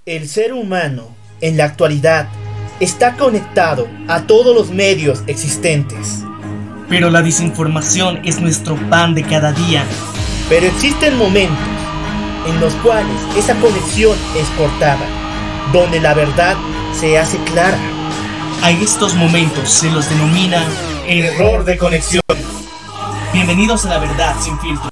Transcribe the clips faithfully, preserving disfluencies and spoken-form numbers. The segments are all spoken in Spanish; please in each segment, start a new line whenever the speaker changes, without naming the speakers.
El ser humano, en la actualidad, está conectado a todos los medios existentes.
Pero la desinformación es nuestro pan de cada día.
Pero existen momentos en los cuales esa conexión es cortada, donde la verdad se hace clara.
A estos momentos se los denomina
error de conexión.
Bienvenidos a La Verdad Sin Filtro.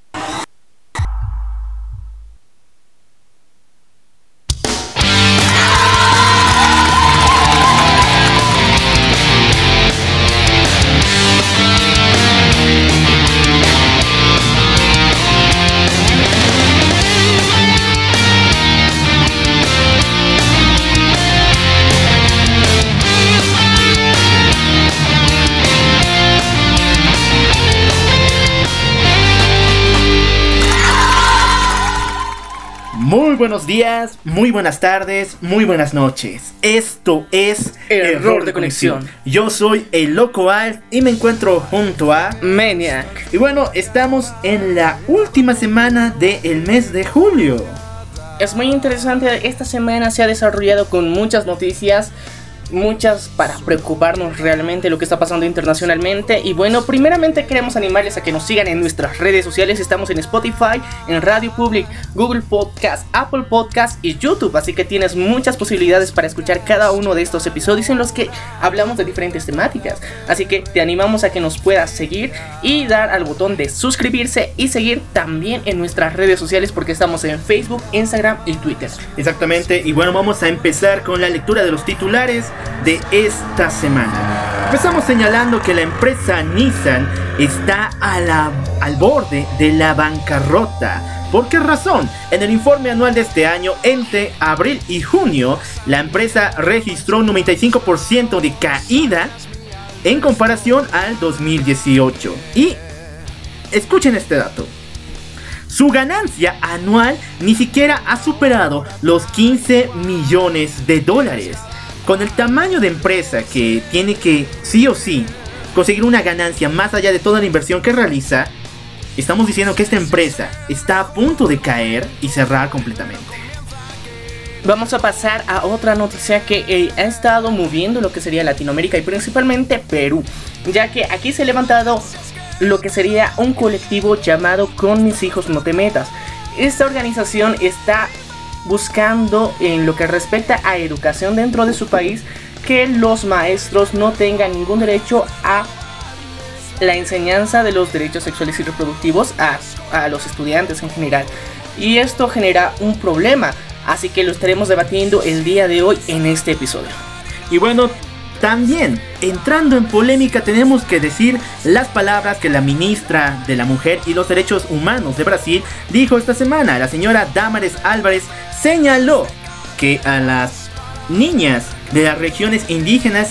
Muy buenos días, muy buenas tardes, muy buenas noches. Esto es
Error, error de conexión. conexión.
Yo soy el Loco Alt y me encuentro junto a
Maniac.
Y bueno, estamos en la última semana del mes de julio.
Es muy interesante, esta semana se ha desarrollado con muchas noticias, muchas para preocuparnos realmente lo que está pasando internacionalmente. Y bueno, primeramente queremos animarles a que nos sigan en nuestras redes sociales. Estamos en Spotify, en Radio Public, Google Podcast, Apple Podcast y YouTube, así que tienes muchas posibilidades para escuchar cada uno de estos episodios en los que hablamos de diferentes temáticas. Así que te animamos a que nos puedas seguir y dar al botón de suscribirse y seguir también en nuestras redes sociales, porque estamos en Facebook, Instagram y Twitter.
Exactamente, y bueno, vamos a empezar con la lectura de los titulares de esta semana. Empezamos señalando que la empresa Nissan está a la, al borde de la bancarrota. ¿Por qué razón? En el informe anual de este año, entre abril y junio, la empresa registró un noventa y cinco por ciento de caída en comparación al dos mil dieciocho. Y escuchen este dato. Su ganancia anual ni siquiera ha superado los quince millones de dólares. Con el tamaño de empresa que tiene que, sí o sí, conseguir una ganancia más allá de toda la inversión que realiza, estamos diciendo que esta empresa está a punto de caer y cerrar completamente.
Vamos a pasar a otra noticia que eh, ha estado moviendo lo que sería Latinoamérica y principalmente Perú, ya que aquí se ha levantado lo que sería un colectivo llamado Con Mis Hijos No Te Metas. Esta organización está buscando, en lo que respecta a educación dentro de su país, que los maestros no tengan ningún derecho a la enseñanza de los derechos sexuales y reproductivos a, a los estudiantes en general. Y esto genera un problema, así que lo estaremos debatiendo el día de hoy en este episodio.
Y bueno, también, entrando en polémica, tenemos que decir las palabras que la ministra de la Mujer y los Derechos Humanos de Brasil dijo esta semana. La señora Damares Álvares señaló que a las niñas de las regiones indígenas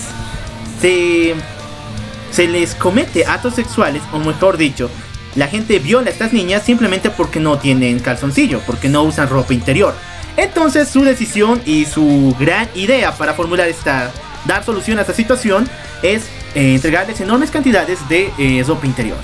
se, se les comete actos sexuales, o mejor dicho, la gente viola a estas niñas simplemente porque no tienen calzoncillo, porque no usan ropa interior. Entonces su decisión y su gran idea para formular esta... dar solución a esta situación es eh, entregarles enormes cantidades de eh, ropa interior.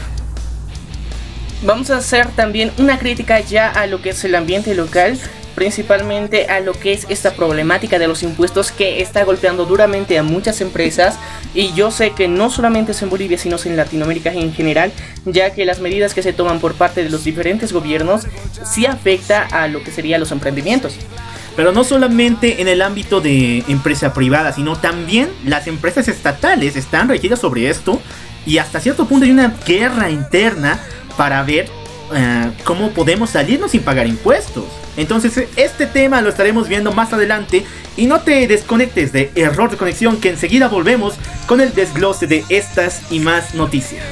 Vamos a hacer también una crítica ya a lo que es el ambiente local, principalmente a lo que es esta problemática de los impuestos que está golpeando duramente a muchas empresas. Y yo sé que no solamente es en Bolivia, sino en Latinoamérica en general, ya que las medidas que se toman por parte de los diferentes gobiernos sí afecta a lo que serían los emprendimientos.
Pero no solamente en el ámbito de empresa privada, sino también las empresas estatales están regidas sobre esto. Y hasta cierto punto hay una guerra interna para ver uh, cómo podemos salirnos sin pagar impuestos. Entonces este tema lo estaremos viendo más adelante. Y no te desconectes de Error de Conexión, que enseguida volvemos con el desglose de estas y más noticias.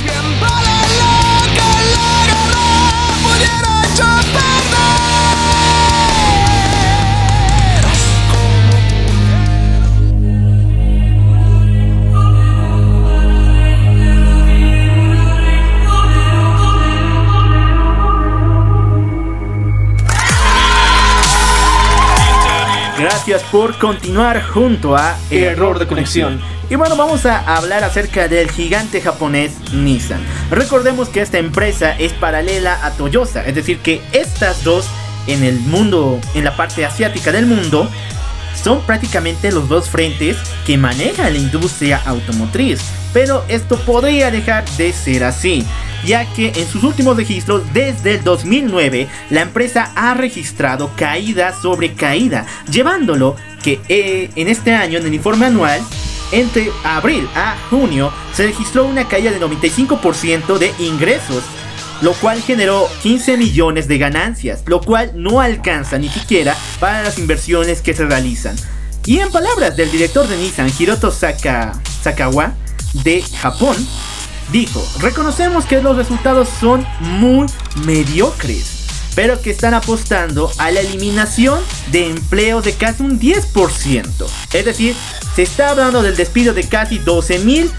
Gracias por continuar junto a
Error de Conexión.
Y bueno, vamos a hablar acerca del gigante japonés Nissan. Recordemos que esta empresa es paralela a Toyota, es decir que estas dos en el mundo, en la parte asiática del mundo, son prácticamente los dos frentes que maneja la industria automotriz. Pero esto podría dejar de ser así, ya que en sus últimos registros desde el dos mil nueve la empresa ha registrado caída sobre caída, llevándolo que eh, en este año en el informe anual entre abril a junio se registró una caída de noventa y cinco por ciento de ingresos, lo cual generó quince millones de ganancias, lo cual no alcanza ni siquiera para las inversiones que se realizan. Y en palabras del director de Nissan, Hiroto Saka, Sakawa, de Japón, dijo: reconocemos que los resultados son muy mediocres, pero que están apostando a la eliminación de empleos de casi un diez por ciento. Es decir, se está hablando del despido de casi doce mil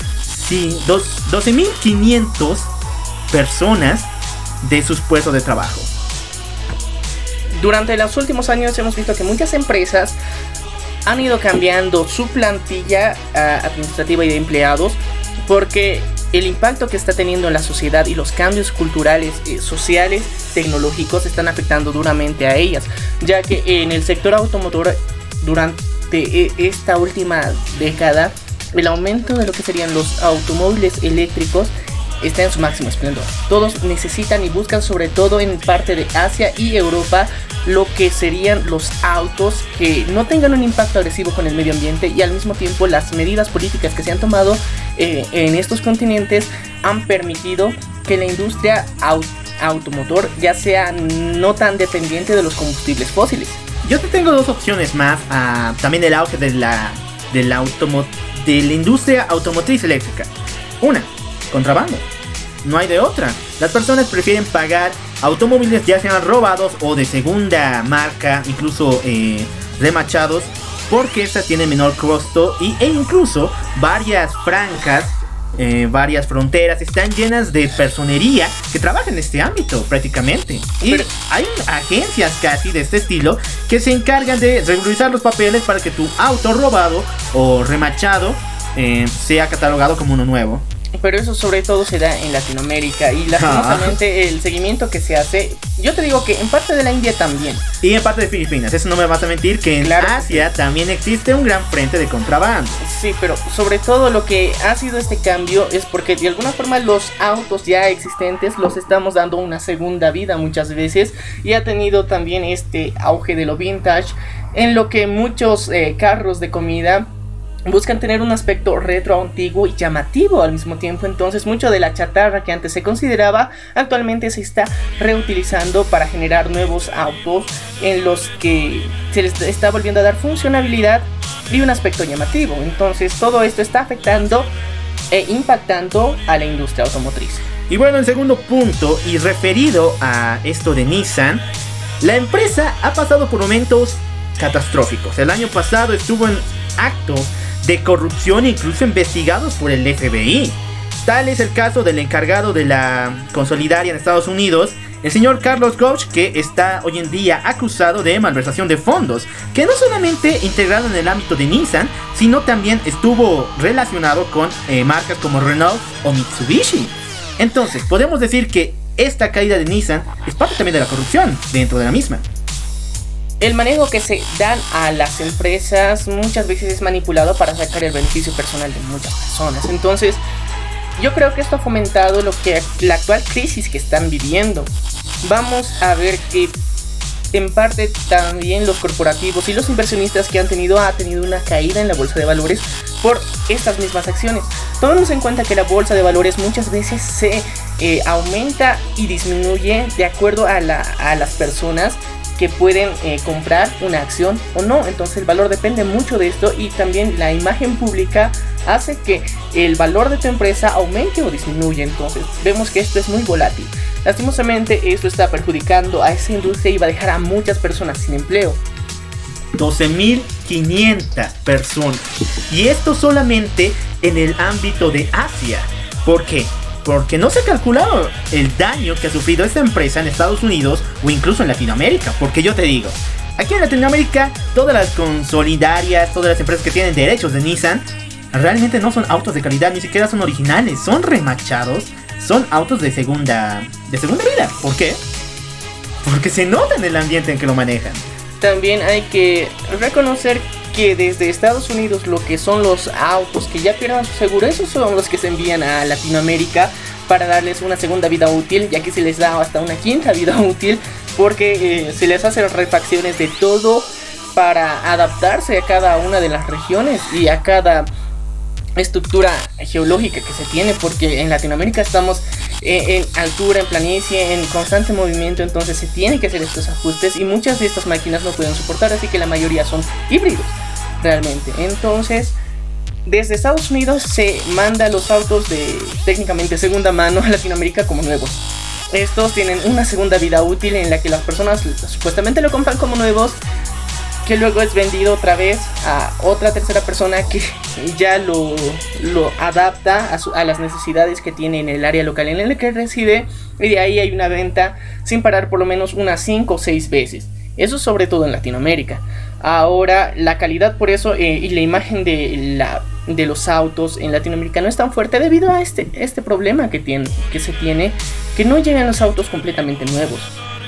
quinientas personas de sus puestos de trabajo.
Durante los últimos años hemos visto que muchas empresas han ido cambiando su plantilla uh, administrativa y de empleados, porque el impacto que está teniendo en la sociedad y los cambios culturales, eh, sociales, tecnológicos están afectando duramente a ellas, ya que en el sector automotor durante eh, esta última década el aumento de lo que serían los automóviles eléctricos está en su máximo esplendor. Todos necesitan y buscan, sobre todo en parte de Asia y Europa, lo que serían los autos que no tengan un impacto agresivo con el medio ambiente, y al mismo tiempo las medidas políticas que se han tomado eh, en estos continentes han permitido que la industria aut- automotor ya sea no tan dependiente de los combustibles fósiles.
Yo te tengo dos opciones más, uh, también del auge de la, de, la automo- de la industria automotriz eléctrica. Una, contrabando. No hay de otra. Las personas prefieren pagar automóviles ya sean robados o de segunda marca, incluso eh, remachados, porque estas tienen menor costo y, e incluso varias franjas, eh, varias fronteras están llenas de personería que trabaja en este ámbito prácticamente. Y Pero, hay agencias casi de este estilo que se encargan de regularizar los papeles para que tu auto robado o remachado eh, sea catalogado como uno nuevo.
Pero eso sobre todo se da en Latinoamérica, y lastimosamente el seguimiento que se hace, yo te digo que en parte de la India también.
Y en parte de Filipinas, eso no me vas a mentir, que en claro, Asia sí. También existe un gran frente de contrabando.
Sí, pero sobre todo lo que ha sido este cambio es porque de alguna forma los autos ya existentes los estamos dando una segunda vida muchas veces, y ha tenido también este auge de lo vintage, en lo que muchos eh, carros de comida buscan tener un aspecto retro, antiguo y llamativo al mismo tiempo. Entonces mucho de la chatarra que antes se consideraba actualmente se está reutilizando para generar nuevos autos en los que se les está volviendo a dar funcionalidad y un aspecto llamativo. Entonces todo esto está afectando e impactando a la industria automotriz.
Y bueno, en segundo punto, y referido a esto de Nissan, la empresa ha pasado por momentos catastróficos. El año pasado estuvo en actos de corrupción incluso investigados por el F B I. Tal es el caso del encargado de la consolidaria en Estados Unidos, el señor Carlos Ghosn, que está hoy en día acusado de malversación de fondos, que no solamente integrado en el ámbito de Nissan, sino también estuvo relacionado con eh, marcas como Renault o Mitsubishi. Entonces, podemos decir que esta caída de Nissan es parte también de la corrupción dentro de la misma.
El manejo que se dan a las empresas muchas veces es manipulado para sacar el beneficio personal de muchas personas. Entonces, yo creo que esto ha fomentado lo que la actual crisis que están viviendo. Vamos a ver que en parte también los corporativos y los inversionistas que han tenido ha tenido una caída en la bolsa de valores por estas mismas acciones. Tomemos en cuenta que la bolsa de valores muchas veces se eh, aumenta y disminuye de acuerdo a, la, a las personas que pueden eh, comprar una acción o no. Entonces el valor depende mucho de esto, y también la imagen pública hace que el valor de tu empresa aumente o disminuya. Entonces vemos que esto es muy volátil. Lastimosamente esto está perjudicando a esa industria y va a dejar a muchas personas sin empleo.
doce mil quinientas personas, y esto solamente en el ámbito de Asia. ¿Por qué? Porque no se ha calculado el daño que ha sufrido esta empresa en Estados Unidos o incluso en Latinoamérica. Porque yo te digo, aquí en Latinoamérica todas las consolidarias, todas las empresas que tienen derechos de Nissan realmente no son autos de calidad, ni siquiera son originales, son remachados, son autos de segunda de segunda vida. ¿Por qué? porque se nota en el ambiente en que lo manejan.
También hay que reconocer que desde Estados Unidos lo que son los autos que ya pierdan su seguro, esos son los que se envían a Latinoamérica para darles una segunda vida útil, ya que se les da hasta una quinta vida útil, porque eh, se les hace refacciones de todo para adaptarse a cada una de las regiones y a cada estructura geológica que se tiene, porque en Latinoamérica estamos en, en altura, en planicie, en constante movimiento, entonces se tienen que hacer estos ajustes y muchas de estas máquinas no pueden soportar, así que la mayoría son híbridos realmente. Entonces desde Estados Unidos se manda los autos de técnicamente segunda mano a Latinoamérica como nuevos. Estos tienen una segunda vida útil en la que las personas supuestamente lo compran como nuevos, que luego es vendido otra vez a otra tercera persona que ya lo, lo adapta a, su, a las necesidades que tiene en el área local en la que reside, y de ahí hay una venta sin parar por lo menos unas cinco o seis veces. Eso sobre todo en Latinoamérica. Ahora la calidad por eso eh, y la imagen de, la, de los autos en Latinoamérica no es tan fuerte debido a este, este problema que, tiene, que se tiene, que no llegan los autos completamente nuevos.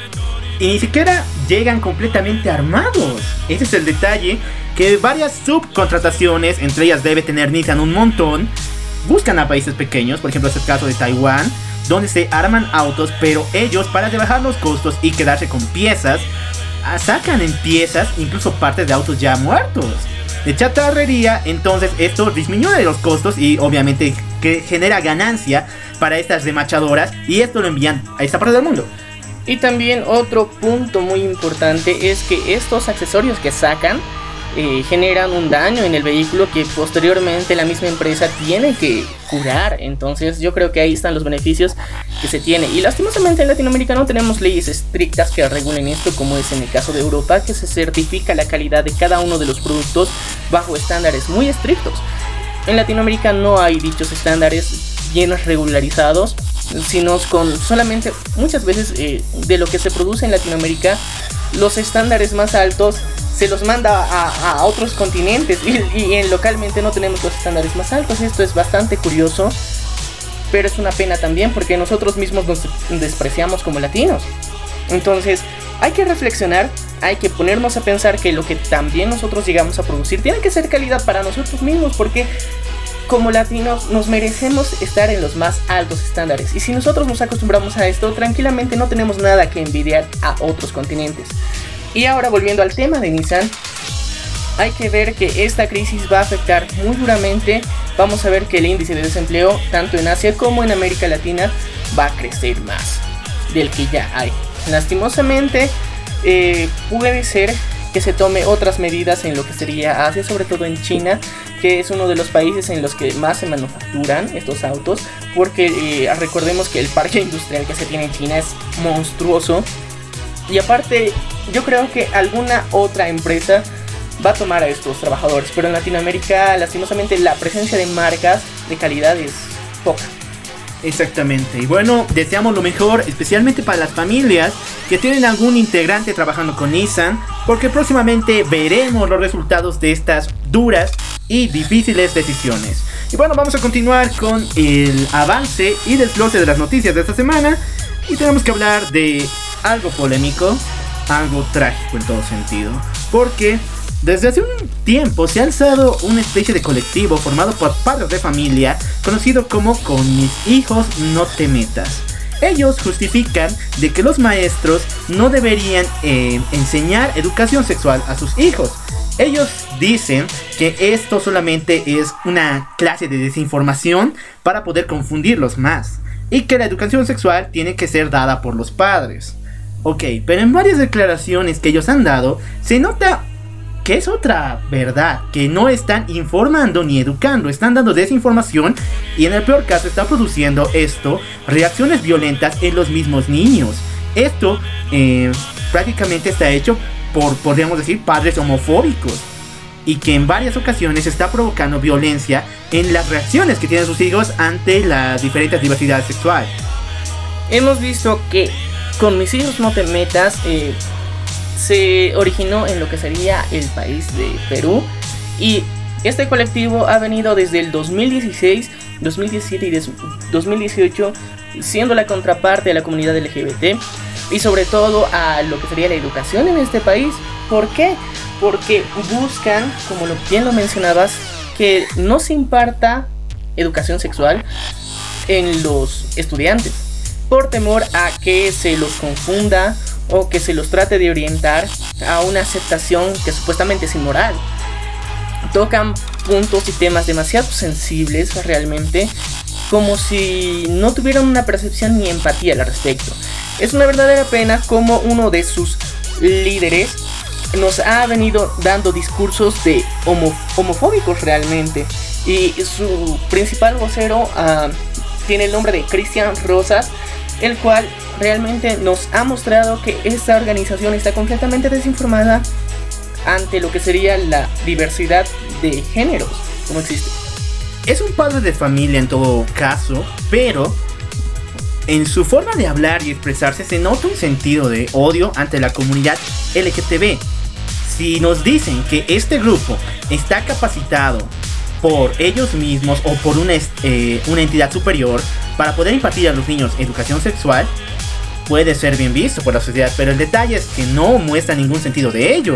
Y ni siquiera llegan completamente armados. Ese es el detalle, que varias subcontrataciones, entre ellas debe tener Nissan un montón, buscan a países pequeños, por ejemplo es el caso de Taiwán, donde se arman autos, pero ellos para rebajar los costos y quedarse con piezas, sacan en piezas incluso partes de autos ya muertos, de chatarrería. Entonces esto disminuye los costos y obviamente que genera ganancia para estas remachadoras, y esto lo envían a esta parte del mundo.
Y también otro punto muy importante es que estos accesorios que sacan eh, generan un daño en el vehículo que posteriormente la misma empresa tiene que curar. Entonces yo creo que ahí están los beneficios que se tiene. Y lastimosamente en Latinoamérica no tenemos leyes estrictas que regulen esto, como es en el caso de Europa, que se certifica la calidad de cada uno de los productos bajo estándares muy estrictos. En Latinoamérica no hay dichos estándares bien regularizados, sino con solamente muchas veces eh, de lo que se produce en Latinoamérica, los estándares más altos se los manda a, a otros continentes y, y en, localmente no tenemos los estándares más altos. Esto es bastante curioso, pero es una pena también porque nosotros mismos nos despreciamos como latinos. Entonces hay que reflexionar, hay que ponernos a pensar que lo que también nosotros llegamos a producir tiene que ser calidad para nosotros mismos, porque como latinos nos merecemos estar en los más altos estándares, y si nosotros nos acostumbramos a esto, tranquilamente no tenemos nada que envidiar a otros continentes. Y ahora volviendo al tema de Nissan, hay que ver que esta crisis va a afectar muy duramente. Vamos a ver que el índice de desempleo tanto en Asia como en América Latina va a crecer más del que ya hay. Lastimosamente eh, puede ser que se tome otras medidas en lo que sería Asia, sobre todo en China, que es uno de los países en los que más se manufacturan estos autos, porque eh, recordemos que el parque industrial que se tiene en China es monstruoso, y aparte yo creo que alguna otra empresa va a tomar a estos trabajadores, pero en Latinoamérica lastimosamente la presencia de marcas de calidad es poca.
Exactamente, y bueno, deseamos lo mejor, especialmente para las familias que tienen algún integrante trabajando con Nissan, porque próximamente veremos los resultados de estas duras y difíciles decisiones. Y bueno, vamos a continuar con el avance y desglose de las noticias de esta semana, y tenemos que hablar de algo polémico, algo trágico en todo sentido, porque desde hace un tiempo se ha alzado una especie de colectivo formado por padres de familia conocido como Con mis hijos no te metas. Ellos justifican de que los maestros no deberían eh, enseñar educación sexual a sus hijos. Ellos dicen que esto solamente es una clase de desinformación para poder confundirlos más, y que la educación sexual tiene que ser dada por los padres. Ok, pero en varias declaraciones que ellos han dado se nota que es otra verdad, que no están informando ni educando, están dando desinformación, y en el peor caso está produciendo esto reacciones violentas en los mismos niños. Esto eh, prácticamente está hecho por, podríamos decir, padres homofóbicos, y que en varias ocasiones está provocando violencia en las reacciones que tienen sus hijos ante la diferente diversidad sexual.
Hemos visto que Con mis hijos no te metas eh, se originó en lo que sería el país de Perú, y este colectivo ha venido desde el dos mil dieciséis, dos mil diecisiete y dos mil dieciocho siendo la contraparte de la comunidad L G B T, y sobre todo a lo que sería la educación en este país. ¿Por qué? Porque buscan, como lo, bien lo mencionabas, que no se imparta educación sexual en los estudiantes, por temor a que se los confunda o que se los trate de orientar a una aceptación que supuestamente es inmoral. Tocan puntos y temas demasiado sensibles realmente, como si no tuvieran una percepción ni empatía al respecto. Es una verdadera pena como uno de sus líderes nos ha venido dando discursos de homo- homofóbicos realmente, y su principal vocero uh, tiene el nombre de Cristian Rosas, el cual realmente nos ha mostrado que esta organización está completamente desinformada ante lo que sería la diversidad de géneros como existe.
Es un padre de familia en todo caso, pero en su forma de hablar y expresarse se nota un sentido de odio ante la comunidad L G T B. Si nos dicen que este grupo está capacitado por ellos mismos o por una, eh, una entidad superior para poder impartir a los niños educación sexual, puede ser bien visto por la sociedad, pero el detalle es que no muestra ningún sentido de ello.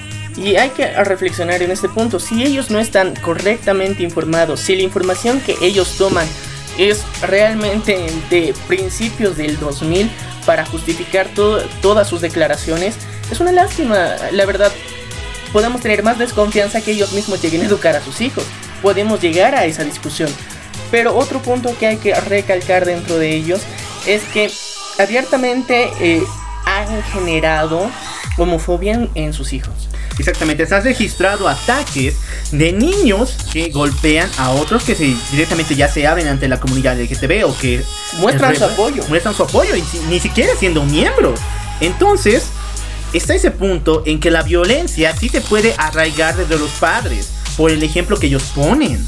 Y hay que reflexionar en este punto. Si ellos no están correctamente informados, si la información que ellos toman es realmente de principios del dos mil para justificar todo, todas sus declaraciones, es una lástima. La verdad, podemos tener más desconfianza que ellos mismos lleguen a educar a sus hijos. Podemos llegar a esa discusión. Pero otro punto que hay que recalcar dentro de ellos es que abiertamente eh, han generado homofobia en, en sus hijos.
Exactamente, se han registrado ataques de niños que golpean a otros que se, directamente ya se abren ante la comunidad L G T B o que
muestran
re,
su apoyo.
Muestran su apoyo y si, ni siquiera siendo miembros. Entonces, está ese punto en que la violencia sí se puede arraigar desde los padres por el ejemplo que ellos ponen.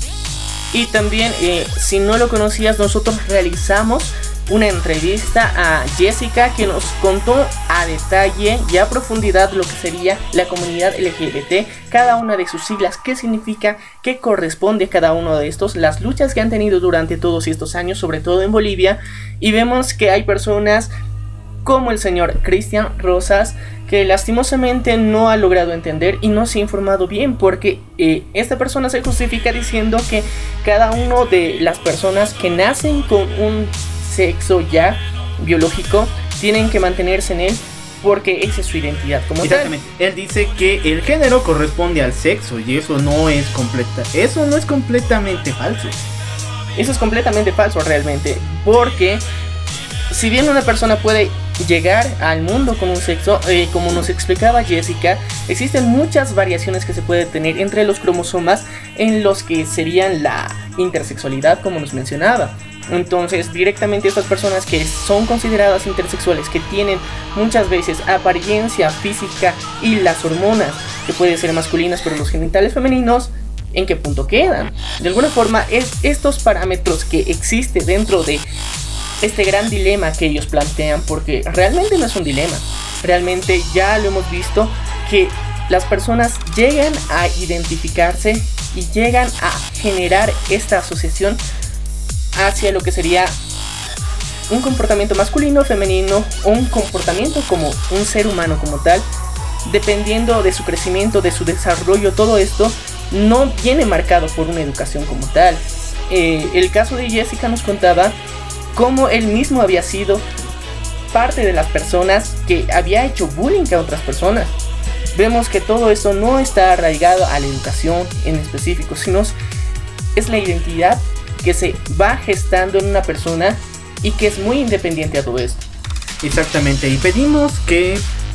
Y también, eh, si no lo conocías, nosotros realizamos una entrevista a Jessica que nos contó a detalle y a profundidad lo que sería la comunidad L G B T, cada una de sus siglas, qué significa, qué corresponde a cada uno de estos, las luchas que han tenido durante todos estos años, sobre todo en Bolivia, y vemos que hay personas como el señor Cristian Rosas que lastimosamente no ha logrado entender y no se ha informado bien, porque eh, esta persona se justifica diciendo que cada uno de las personas que nacen con un sexo ya biológico tienen que mantenerse en él porque esa es su identidad como
Exactamente. Tal. Él dice que el género corresponde al sexo y eso no es completa, eso no es completamente falso.
Eso es completamente falso realmente, porque si bien una persona puede llegar al mundo con un sexo, eh, como nos explicaba Jessica, existen muchas variaciones que se puede tener entre los cromosomas en los que serían la intersexualidad, como nos mencionaba. Entonces, directamente estas personas que son consideradas intersexuales, que tienen muchas veces apariencia física y las hormonas que pueden ser masculinas pero los genitales femeninos, ¿en qué punto quedan? De alguna forma, es estos parámetros que existen dentro de este gran dilema que ellos plantean, porque realmente no es un dilema, realmente ya lo hemos visto, que las personas llegan a identificarse y llegan a generar esta asociación hacia lo que sería un comportamiento masculino, femenino, o un comportamiento como un ser humano como tal, dependiendo de su crecimiento, de su desarrollo. Todo esto no viene marcado por una educación como tal. Eh, el caso de Jessica nos contaba cómo él mismo había sido parte de las personas que había hecho bullying a otras personas. Vemos que todo esto no está arraigado a la educación en específico, sino es la identidad que se va gestando en una persona y que es muy independiente a todo esto.
Exactamente, y pedimos que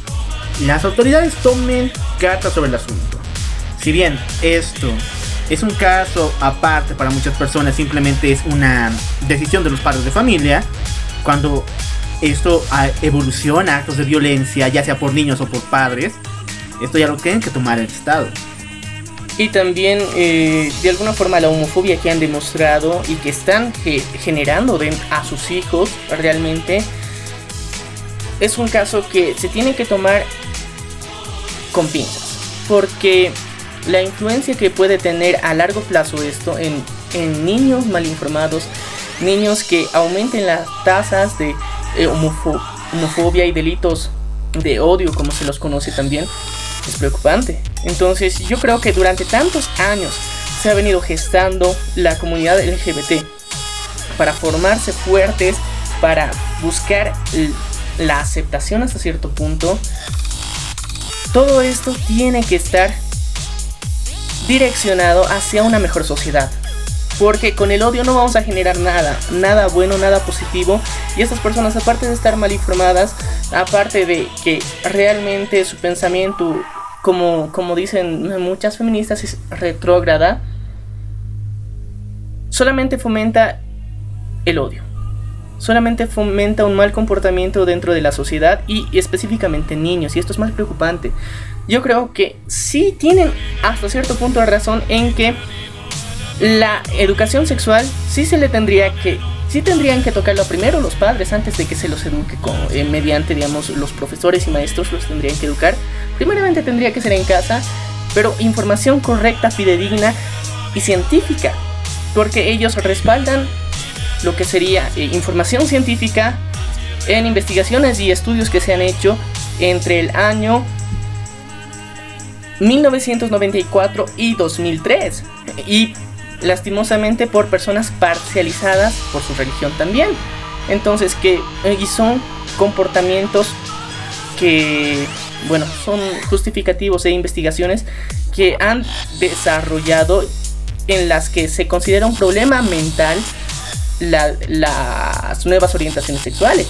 las autoridades tomen cartas sobre el asunto. Si bien esto es un caso aparte para muchas personas, simplemente es una decisión de los padres de familia, cuando esto evoluciona a actos de violencia, ya sea por niños o por padres, esto ya lo tienen que tomar el Estado.
Y también eh, de alguna forma la homofobia que han demostrado y que están ge- generando de, a sus hijos realmente es un caso que se tiene que tomar con pinzas, porque la influencia que puede tener a largo plazo esto en, en niños mal informados, niños que aumenten las tasas de eh, homofo- homofobia y delitos de odio, como se los conoce también, es preocupante. Entonces yo creo que durante tantos años se ha venido gestando la comunidad L G B T para formarse fuertes, para buscar la aceptación hasta cierto punto. Todo esto tiene que estar direccionado hacia una mejor sociedad, porque con el odio no vamos a generar nada, nada bueno, nada positivo. Y estas personas, aparte de estar mal informadas, aparte de que realmente su pensamiento, como, como dicen muchas feministas, es retrógrada, solamente fomenta el odio, solamente fomenta un mal comportamiento dentro de la sociedad y específicamente en niños, y esto es más preocupante. Yo creo que sí tienen hasta cierto punto de razón en que la educación sexual sí se le tendría que, sí tendrían que tocarlo primero los padres antes de que se los eduque con, eh, mediante, digamos, los profesores y maestros los tendrían que educar. Primeramente tendría que ser en casa, pero información correcta, fidedigna y científica, porque ellos respaldan lo que sería eh, información científica en investigaciones y estudios que se han hecho entre el año mil novecientos noventa y cuatro y dos mil tres, y lastimosamente por personas parcializadas por su religión también. Entonces que eh, y son comportamientos que, bueno, son justificativos de investigaciones que han desarrollado en las que se considera un problema mental la, las nuevas orientaciones sexuales.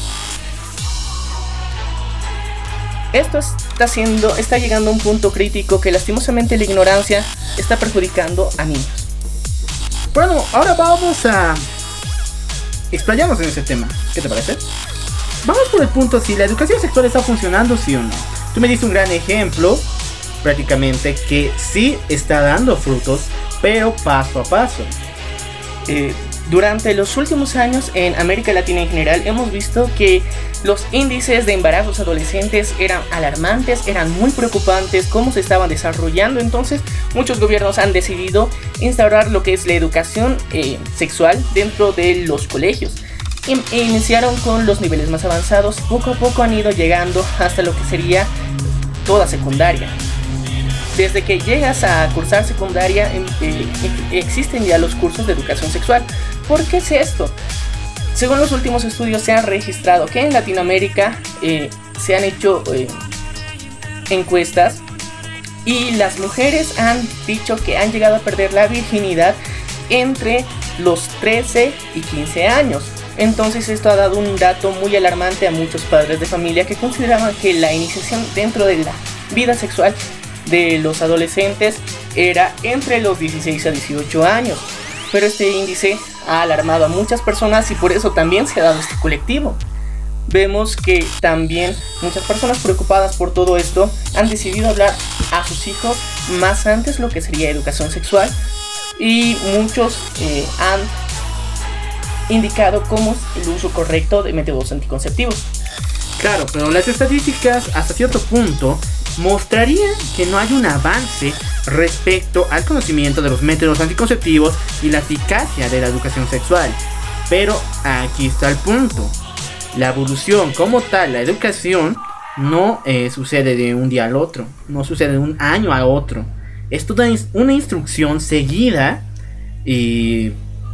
Esto está siendo, está llegando a un punto crítico que lastimosamente la ignorancia está perjudicando a niños.
Bueno, ahora vamos a explayarnos en ese tema. ¿Qué te parece? Vamos por el punto si la educación sexual está funcionando, sí o no. Tú me diste un gran ejemplo, prácticamente, que sí está dando frutos, pero paso a paso.
Eh, durante los últimos años en América Latina en general hemos visto que los índices de embarazos adolescentes eran alarmantes, eran muy preocupantes cómo se estaban desarrollando. Entonces muchos gobiernos han decidido instaurar lo que es la educación eh, sexual dentro de los colegios. E iniciaron con los niveles más avanzados, poco a poco han ido llegando hasta lo que sería toda secundaria. Desde que llegas a cursar secundaria eh, existen ya los cursos de educación sexual. ¿Por qué es esto? Según los últimos estudios se ha registrado que en Latinoamérica eh, se han hecho eh, encuestas y las mujeres han dicho que han llegado a perder la virginidad entre los trece y quince años. Entonces esto ha dado un dato muy alarmante a muchos padres de familia que consideraban que la iniciación dentro de la vida sexual de los adolescentes era entre los dieciséis a dieciocho años. Pero este índice ha alarmado a muchas personas y por eso también se ha dado este colectivo. Vemos que también muchas personas preocupadas por todo esto han decidido hablar a sus hijos más antes lo que sería educación sexual, y muchos eh, han indicado cómo es el uso correcto de métodos anticonceptivos.
Claro, pero las estadísticas hasta cierto punto mostrarían que no hay un avance respecto al conocimiento de los métodos anticonceptivos y la eficacia de la educación sexual. Pero aquí está el punto. La evolución como tal, la educación, no eh, sucede de un día al otro, no sucede de un año a otro. Es toda una instrucción seguida y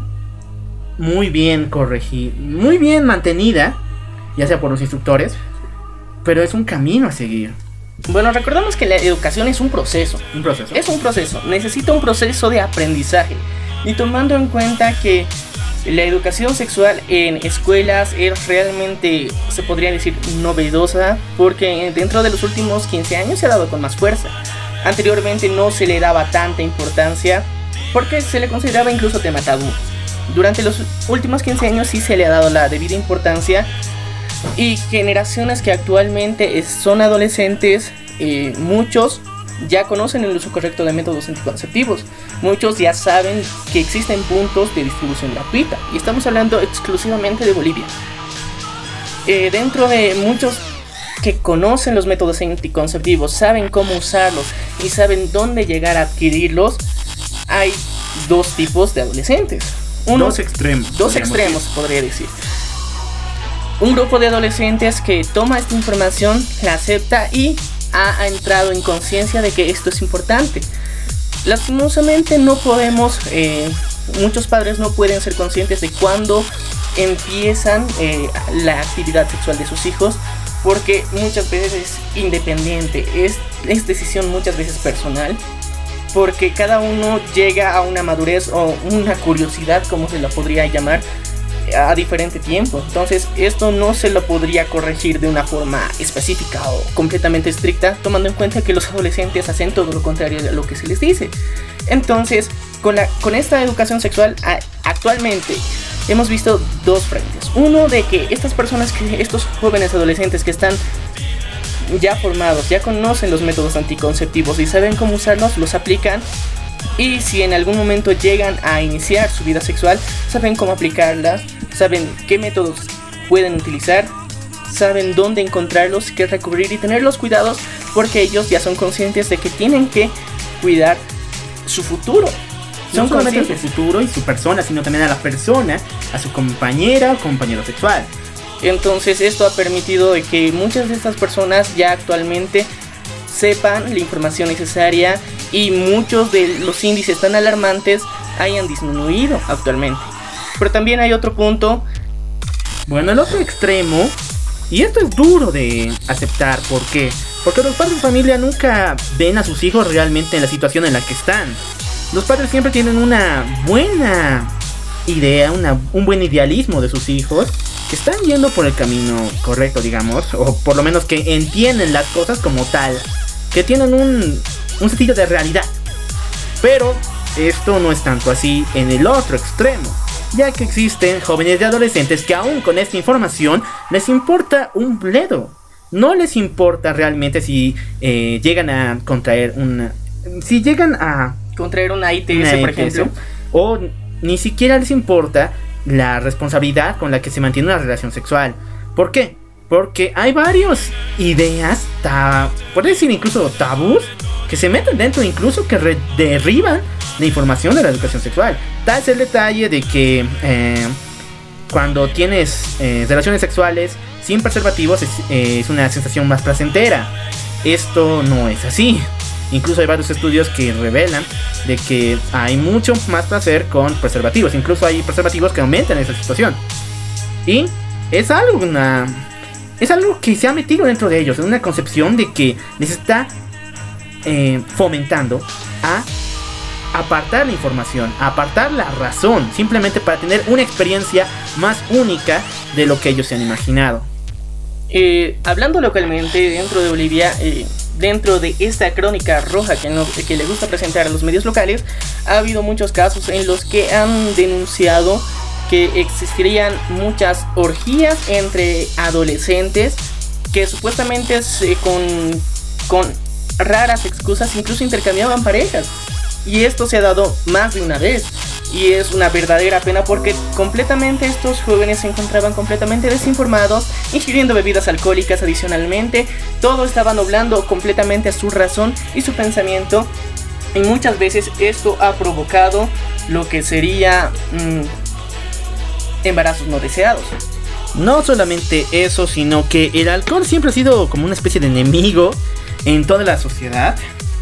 muy bien corregida, muy bien mantenida, ya sea por los instructores, pero es un camino a seguir.
Bueno, recordemos que la educación es un proceso.
Un proceso.
Es un proceso. Necesita un proceso de aprendizaje. Y tomando en cuenta que la educación sexual en escuelas es realmente, se podría decir, novedosa, porque dentro de los últimos quince años se ha dado con más fuerza. Anteriormente no se le daba tanta importancia porque se le consideraba incluso tema tabú. Durante los últimos quince años sí se le ha dado la debida importancia. Y generaciones que actualmente son adolescentes, eh, muchos ya conocen el uso correcto de métodos anticonceptivos. Muchos ya saben que existen puntos de distribución gratuita. Y estamos hablando exclusivamente de Bolivia. Eh, dentro de muchos que conocen los métodos anticonceptivos, saben cómo usarlos y saben dónde llegar a adquirirlos, hay dos tipos de adolescentes. Uno,
dos extremos.
Dos extremos, podría decir. un grupo de adolescentes que toma esta información, la acepta y ha entrado en conciencia de que esto es importante. Lastimosamente no podemos, eh, muchos padres no pueden ser conscientes de cuándo empiezan eh, la actividad sexual de sus hijos, porque muchas veces es independiente, es, es decisión muchas veces personal, porque cada uno llega a una madurez o una curiosidad, como se la podría llamar, a diferente tiempo. Entonces esto no se lo podría corregir de una forma específica o completamente estricta, tomando en cuenta que los adolescentes hacen todo lo contrario de lo que se les dice. Entonces con, la, con esta educación sexual a, actualmente hemos visto dos frentes. Uno, de que estas personas, que estos jóvenes adolescentes que están ya formados, ya conocen los métodos anticonceptivos y saben cómo usarlos, los aplican. Y si en algún momento llegan a iniciar su vida sexual, saben cómo aplicarlas, saben qué métodos pueden utilizar, saben dónde encontrarlos, qué recurrir y tener los cuidados, porque ellos ya son conscientes de que tienen que cuidar su futuro.
No solamente su futuro y su persona, sino también a la persona, a su compañera o compañero sexual.
Entonces esto ha permitido de que muchas de estas personas ya actualmente sepan la información necesaria y muchos de los índices tan alarmantes hayan disminuido actualmente. Pero también hay otro punto.
Bueno, el otro extremo, y esto es duro de aceptar. ¿Por qué? Porque los padres de familia nunca ven a sus hijos realmente en la situación en la que están. Los padres siempre tienen una buena idea, una, un buen idealismo de sus hijos, que están yendo por el camino correcto, digamos, o por lo menos que entienden las cosas como tal, que tienen un, un sentido de realidad. Pero esto no es tanto así en el otro extremo, ya que existen jóvenes y adolescentes que aún con esta información les importa un bledo. No les importa realmente si eh, llegan a contraer una... Si llegan a...
contraer una I T S, por ejemplo.
O ni siquiera les importa la responsabilidad con la que se mantiene una relación sexual. ¿Por qué? Porque hay varias ideas, ta- por decir incluso tabús, que se meten dentro, incluso que re- derriban la información de la educación sexual. Tal es el detalle de que eh, cuando tienes eh, relaciones sexuales sin preservativos es, eh, es una sensación más placentera. Esto no es así. Incluso hay varios estudios que revelan de que hay mucho más placer con preservativos. Incluso hay preservativos que aumentan esa situación. Y es algo, una, es algo que se ha metido dentro de ellos, en una concepción de que les está eh, fomentando a apartar la información, a apartar la razón, simplemente para tener una experiencia más única de lo que ellos se han imaginado.
Eh, hablando localmente, dentro de Bolivia, eh, dentro de esta crónica roja que, no, que le gusta presentar a los medios locales, ha habido muchos casos en los que han denunciado que existirían muchas orgías entre adolescentes que supuestamente se, con, con raras excusas incluso intercambiaban parejas. Y esto se ha dado más de una vez. Y es una verdadera pena porque completamente estos jóvenes se encontraban completamente desinformados, ingiriendo bebidas alcohólicas adicionalmente. Todo estaba nublando completamente a su razón y su pensamiento. Y muchas veces esto ha provocado lo que sería mmm, embarazos no deseados.
No solamente eso, sino que el alcohol siempre ha sido como una especie de enemigo en toda la sociedad.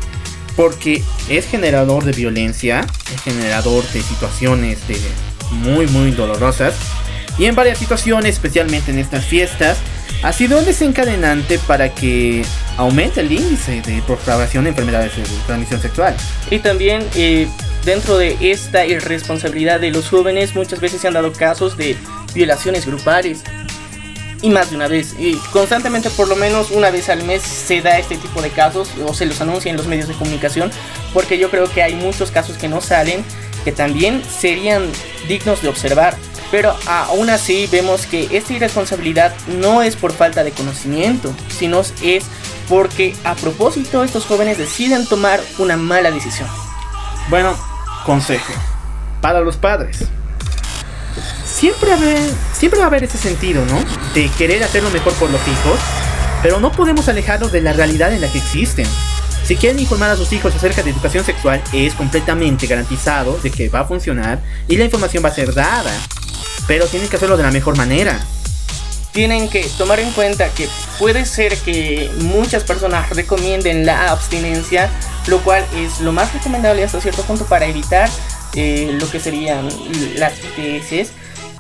Porque es generador de violencia, es generador de situaciones de muy muy dolorosas. Y en varias situaciones, especialmente en estas fiestas, ha sido un desencadenante para que aumente el índice de propagación de enfermedades de transmisión sexual.
Y también eh, dentro de esta irresponsabilidad de los jóvenes, muchas veces se han dado casos de violaciones grupales. Y más de una vez, y constantemente, por lo menos una vez al mes se da este tipo de casos o se los anuncia en los medios de comunicación, porque yo creo que hay muchos casos que no salen, que también serían dignos de observar. Pero aún así vemos que esta irresponsabilidad no es por falta de conocimiento, sino es porque a propósito estos jóvenes deciden tomar una mala decisión.
Bueno, consejo para los padres. Siempre, haber, siempre va a haber ese sentido, ¿no? De querer hacer lo mejor por los hijos, pero no podemos alejarnos de la realidad en la que existen. Si quieren informar a sus hijos acerca de educación sexual, es completamente garantizado de que va a funcionar y la información va a ser dada, pero tienen que hacerlo de la mejor manera.
tienen que tomar en cuenta que puede ser que muchas personas recomienden la abstinencia, lo cual es lo más recomendable hasta cierto punto para evitar eh, lo que serían las E T S,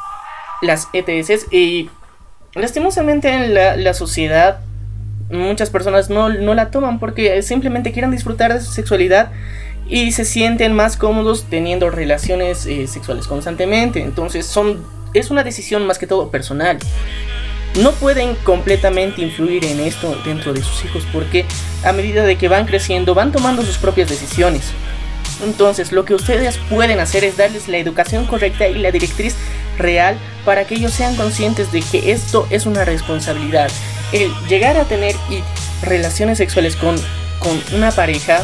las E T S, y lastimosamente en la, la sociedad muchas personas no, no la toman porque simplemente quieren disfrutar de su sexualidad y se sienten más cómodos teniendo relaciones eh, sexuales constantemente. Entonces son, es una decisión más que todo personal. No pueden completamente influir en esto dentro de sus hijos porque a medida de que van creciendo van tomando sus propias decisiones. Entonces lo que ustedes pueden hacer es darles la educación correcta y la directriz real para que ellos sean conscientes de que esto es una responsabilidad. El llegar a tener y relaciones sexuales con, con una pareja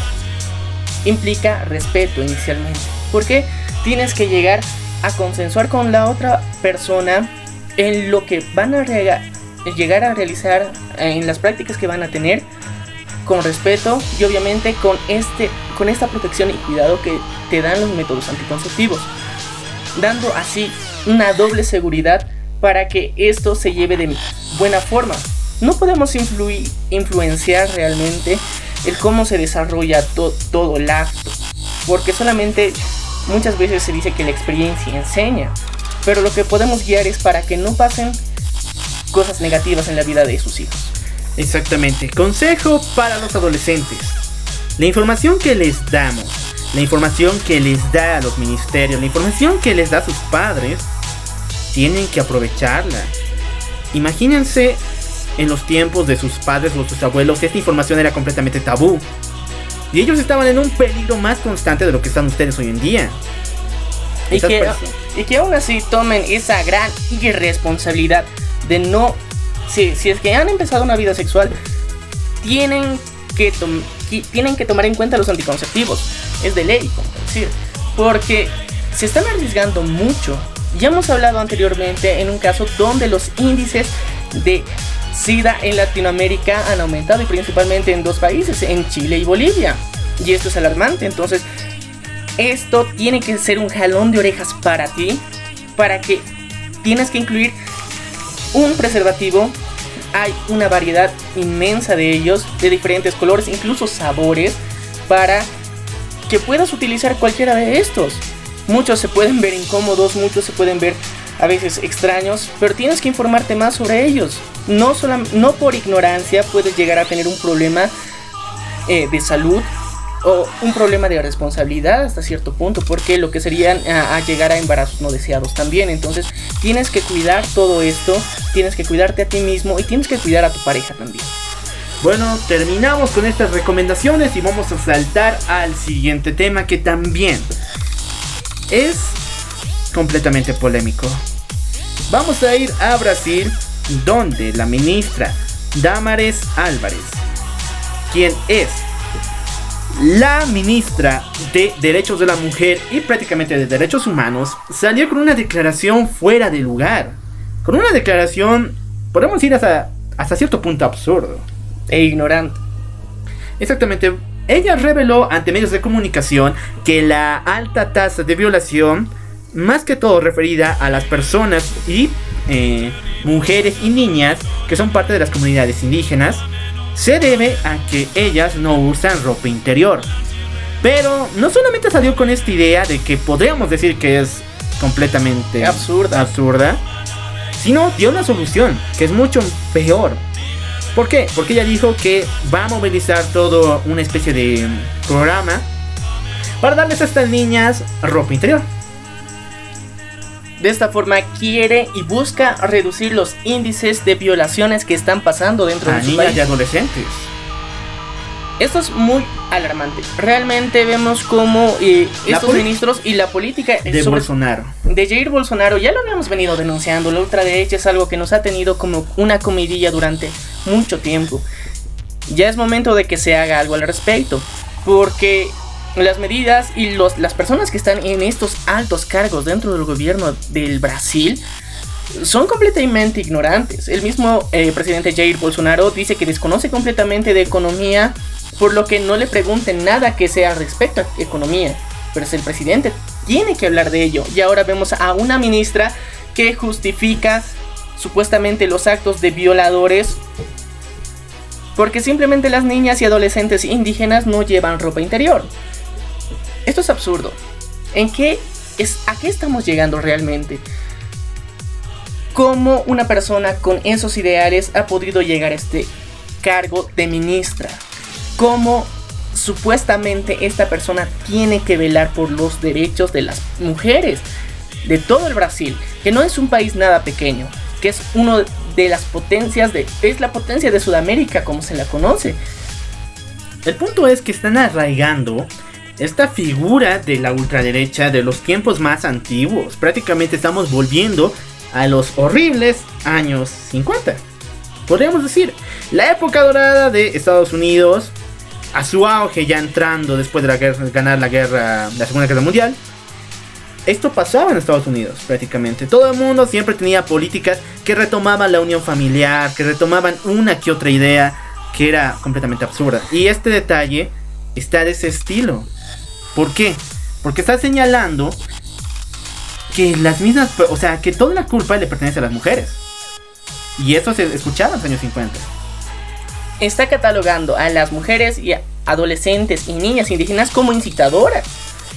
implica respeto inicialmente, porque tienes que llegar a consensuar con la otra persona en lo que van a rega- llegar a realizar, en las prácticas que van a tener, con respeto y obviamente con, este, con esta protección y cuidado que te dan los métodos anticonceptivos, dando así una doble seguridad para que esto se lleve de buena forma. No podemos influir, influenciar realmente el cómo se desarrolla to- todo el acto, porque solamente muchas veces se dice que la experiencia enseña, pero lo que podemos guiar es para que no pasen cosas negativas en la vida de sus hijos.
Exactamente. Consejo para los adolescentes. La información que les damos, la información que les da a los ministerios, la información que les da a sus padres, tienen que aprovecharla. Imagínense en los tiempos de sus padres o sus abuelos, esta información era completamente tabú. Y ellos estaban en un peligro más constante de lo que están ustedes hoy en día.
Y que, y que aún así tomen esa gran irresponsabilidad de no... Si, si es que han empezado una vida sexual, tienen que, tom- tienen que tomar en cuenta los anticonceptivos. Es de ley, como decir. Porque se están arriesgando mucho. Ya hemos hablado anteriormente en un caso donde los índices de SIDA en Latinoamérica han aumentado, y principalmente en dos países, en Chile y Bolivia. Y esto es alarmante. Entonces esto tiene que ser un jalón de orejas para ti, para que tienes que incluir un preservativo. Hay una variedad inmensa de ellos, de diferentes colores, incluso sabores, para que puedas utilizar cualquiera de estos. Muchos se pueden ver incómodos, muchos se pueden ver a veces extraños, pero tienes que informarte más sobre ellos. No, solam- no por ignorancia puedes llegar a tener un problema eh, de salud o un problema de responsabilidad hasta cierto punto, porque lo que serían a, a llegar a embarazos no deseados también. Entonces tienes que cuidar todo esto, tienes que cuidarte a ti mismo y tienes que cuidar a tu pareja también.
Bueno, terminamos con estas recomendaciones y vamos a saltar al siguiente tema, que también es completamente polémico. Vamos a ir a Brasil, donde la ministra Damares Álvares, quien es la ministra de Derechos de la Mujer y prácticamente de Derechos Humanos, salió con una declaración fuera de lugar. Con una declaración, podemos ir hasta, hasta cierto punto absurdo
e ignorante.
Exactamente. Ella reveló ante medios de comunicación que la alta tasa de violación, más que todo referida a las personas y eh, mujeres y niñas que son parte de las comunidades indígenas, se debe a que ellas no usan ropa interior. Pero no solamente salió con esta idea de que podríamos decir que es completamente
absurda,
absurda sino dio una solución que es mucho peor. ¿Por qué? Porque ella dijo que va a movilizar todo una especie de programa para darles a estas niñas ropa interior.
De esta forma quiere y busca reducir los índices de violaciones que están pasando dentro
a
de su
niñas
país.
y adolescentes.
Esto es muy alarmante. Realmente vemos cómo eh, estos
poli-
ministros y la política
De
sobre-
Bolsonaro.
de Jair Bolsonaro, ya lo habíamos venido denunciando. La ultraderecha es algo que nos ha tenido como una comidilla durante mucho tiempo. Ya es momento de que se haga algo al respecto, porque las medidas y los, las personas que están en estos altos cargos dentro del gobierno del Brasil son completamente ignorantes. El mismo eh, presidente Jair Bolsonaro dice que desconoce completamente de economía, por lo que no le pregunten nada que sea respecto a economía. Pero es el presidente, tiene que hablar de ello. Y ahora vemos a una ministra que justifica supuestamente los actos de violadores, porque simplemente las niñas y adolescentes indígenas no llevan ropa interior. Esto es absurdo. ¿En qué es, a qué estamos llegando realmente? ¿Cómo una persona con esos ideales ha podido llegar a este cargo de ministra? ¿Cómo supuestamente esta persona tiene que velar por los derechos de las mujeres de todo el Brasil, que no es un país nada pequeño, que es uno de las potencias de, es la potencia de Sudamérica como se la conoce?
El punto es que están arraigando esta figura de la ultraderecha de los tiempos más antiguos. Prácticamente estamos volviendo a los horribles años cincuenta. Podríamos decir, la época dorada de Estados Unidos, a su auge ya entrando después de la guerra, ganar la guerra, la Segunda Guerra Mundial. Esto pasaba en Estados Unidos prácticamente. Todo el mundo siempre tenía políticas que retomaban la unión familiar, que retomaban una que otra idea que era completamente absurda. Y este detalle está de ese estilo. ¿Por qué? Porque está señalando que las mismas, o sea, que toda la culpa le pertenece a las mujeres. Y eso se escuchaba en los años cincuenta.
Está catalogando a las mujeres y a adolescentes y niñas indígenas como incitadoras.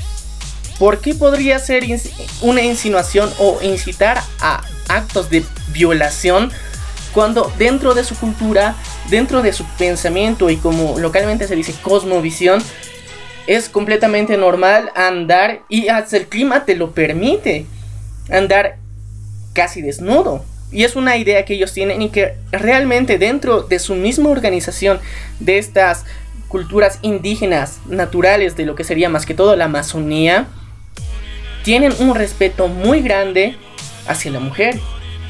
¿Por qué podría ser una insinuación o incitar a actos de violación cuando dentro de su cultura, dentro de su pensamiento y como localmente se dice cosmovisión, es completamente normal andar y hasta el clima te lo permite, andar casi desnudo? Y es una idea que ellos tienen y que realmente dentro de su misma organización de estas culturas indígenas naturales de lo que sería más que todo la Amazonía, tienen un respeto muy grande hacia la mujer.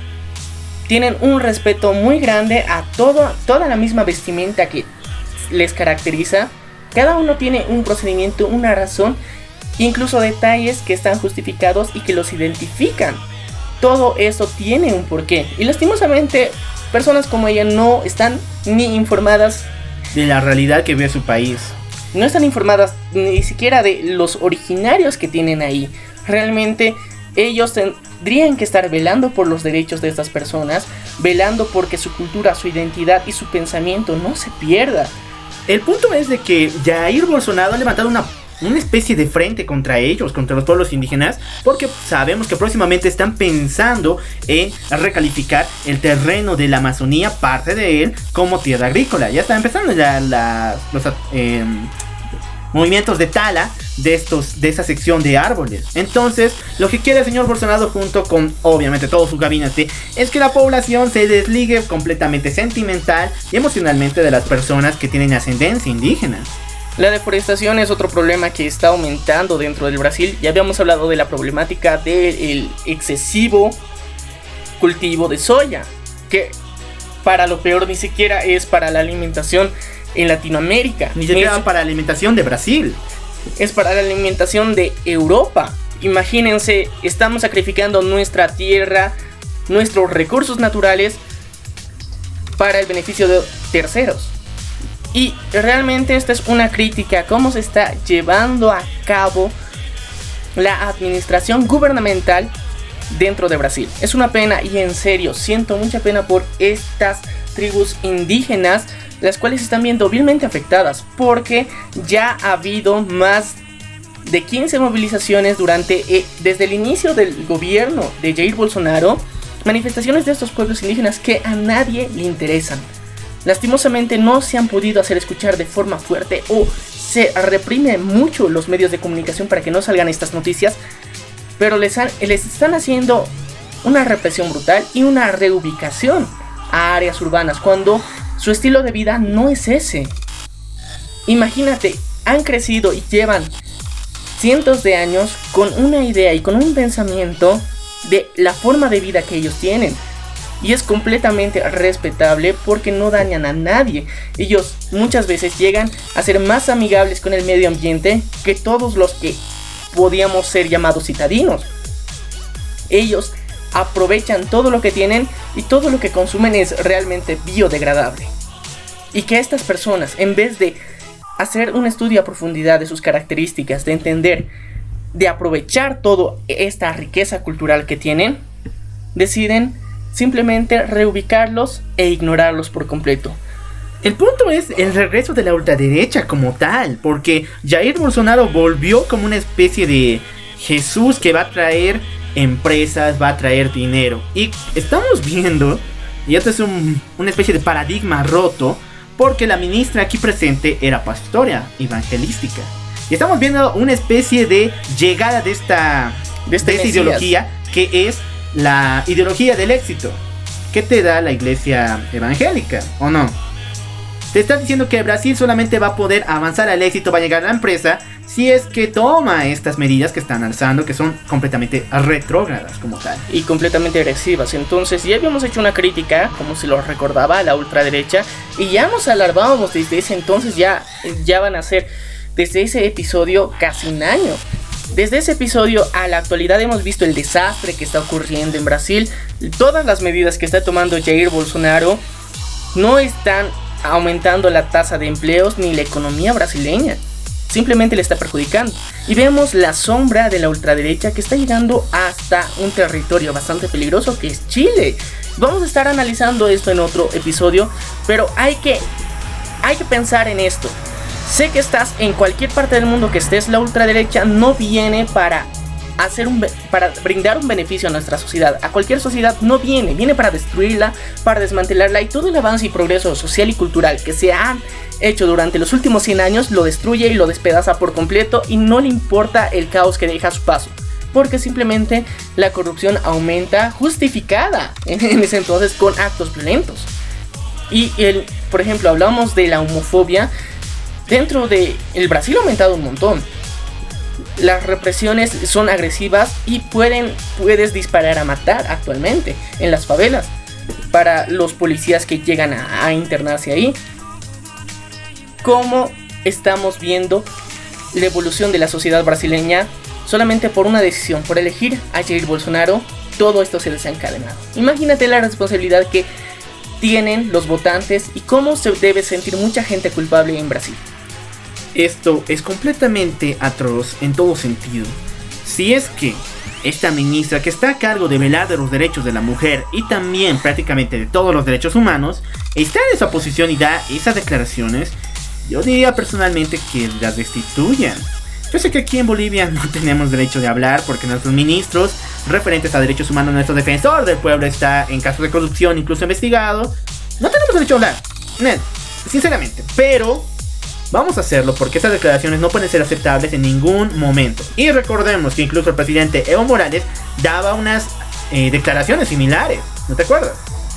Tienen un respeto muy grande a todo, toda la misma vestimenta que les caracteriza. Cada uno tiene un procedimiento, una razón, incluso detalles que están justificados y que los identifican. Todo eso tiene un porqué. Y lastimosamente, personas como ella no están ni informadas
de la realidad que ve su país.
No están informadas ni siquiera de los originarios que tienen ahí. Realmente ellos tendrían que estar velando por los derechos de estas personas, velando porque su cultura, su identidad y su pensamiento no se pierda.
El punto es de que Jair Bolsonaro ha levantado una, una especie de frente contra ellos, contra los pueblos indígenas, porque sabemos que próximamente están pensando en recalificar el terreno de la Amazonía, parte de él, como tierra agrícola. Ya están empezando ya la, los eh, movimientos de tala de, estos, de esa sección de árboles. Entonces, lo que quiere el señor Bolsonaro, junto con obviamente todo su gabinete, es que la población se desligue completamente sentimental y emocionalmente de las personas que tienen ascendencia indígena.
La deforestación es otro problema que está aumentando dentro del Brasil. Ya habíamos hablado de la problemática del excesivo cultivo de soya, que para lo peor ni siquiera es para la alimentación en Latinoamérica,
ni siquiera es para la alimentación de Brasil,
es para la alimentación de Europa. Imagínense, estamos sacrificando nuestra tierra, nuestros recursos naturales para el beneficio de terceros. Y realmente esta es una crítica a cómo se está llevando a cabo la administración gubernamental dentro de Brasil. Es una pena y en serio siento mucha pena por estas tribus indígenas, las cuales se están viendo vilmente afectadas, porque ya ha habido más de quince movilizaciones durante eh, desde el inicio del gobierno de Jair Bolsonaro, manifestaciones de estos pueblos indígenas que a nadie le interesan. Lastimosamente no se han podido hacer escuchar de forma fuerte, o se reprime mucho los medios de comunicación para que no salgan estas noticias, pero les, han, les están haciendo una represión brutal y una reubicación a áreas urbanas cuando su estilo de vida no es ese. Imagínate, han crecido y llevan cientos de años con una idea y con un pensamiento de la forma de vida que ellos tienen. Y es completamente respetable porque no dañan a nadie. Ellos muchas veces llegan a ser más amigables con el medio ambiente que todos los que podíamos ser llamados citadinos. Ellos aprovechan todo lo que tienen y todo lo que consumen es realmente biodegradable. Y que estas personas, en vez de hacer un estudio a profundidad de sus características, de entender, de aprovechar toda esta riqueza cultural que tienen, deciden simplemente reubicarlos e ignorarlos por completo.
El punto es el regreso de la ultraderecha como tal, porque Jair Bolsonaro volvió como una especie de Jesús que va a traer empresas, va a traer dinero. Y estamos viendo, y esto es un, una especie de paradigma roto, porque la ministra aquí presente era pastora evangelística. Y estamos viendo una especie de llegada de esta,
de este
de esta ideología, que es la ideología del éxito, que te da la iglesia evangélica, ¿o no? Te están diciendo que Brasil solamente va a poder avanzar al éxito, va a llegar a la empresa, si es que toma estas medidas que están alzando, que son completamente retrógradas como tal.
Y completamente agresivas. Entonces ya habíamos hecho una crítica, como se lo recordaba, a la ultraderecha, y ya nos alarmábamos desde ese entonces, ya, ya van a ser, desde ese episodio, casi un año. Desde ese episodio a la actualidad hemos visto el desastre que está ocurriendo en Brasil. Todas las medidas que está tomando Jair Bolsonaro no están aumentando la tasa de empleos ni la economía brasileña, simplemente le está perjudicando. Y vemos la sombra de la ultraderecha que está llegando hasta un territorio bastante peligroso, que es Chile. Vamos a estar analizando esto en otro episodio, pero hay que, hay que pensar en esto. Sé que estás en cualquier parte del mundo que estés, la ultraderecha no viene para hacer un, para brindar un beneficio a nuestra sociedad. A cualquier sociedad no viene, viene para destruirla, para desmantelarla, y todo el avance y progreso social y cultural que se han hecho durante los últimos cien años lo destruye y lo despedaza por completo, y no le importa el caos que deja a su paso, porque simplemente la corrupción aumenta, justificada en ese entonces con actos violentos. Y el, por ejemplo, hablamos de la homofobia. Dentro de el Brasil ha aumentado un montón. Las represiones son agresivas y pueden, puedes disparar a matar actualmente en las favelas para los policías que llegan a, a internarse ahí. ¿Cómo estamos viendo la evolución de la sociedad brasileña solamente por una decisión, por elegir a Jair Bolsonaro? Todo esto se desencadenado. Imagínate la responsabilidad que tienen los votantes y cómo se debe sentir mucha gente culpable en Brasil.
Esto es completamente atroz en todo sentido. Si es que esta ministra, que está a cargo de velar de los derechos de la mujer y también prácticamente de todos los derechos humanos, está en esa posición y da esas declaraciones, yo diría personalmente que las destituyan. Yo sé que aquí en Bolivia no tenemos derecho de hablar porque nuestros ministros referentes a derechos humanos, nuestro defensor del pueblo está en caso de corrupción incluso investigado. No tenemos derecho a hablar, no, sinceramente, pero vamos a hacerlo porque esas declaraciones no pueden ser aceptables en ningún momento. Y recordemos que incluso el presidente Evo Morales daba unas eh, declaraciones similares, ¿no te acuerdas?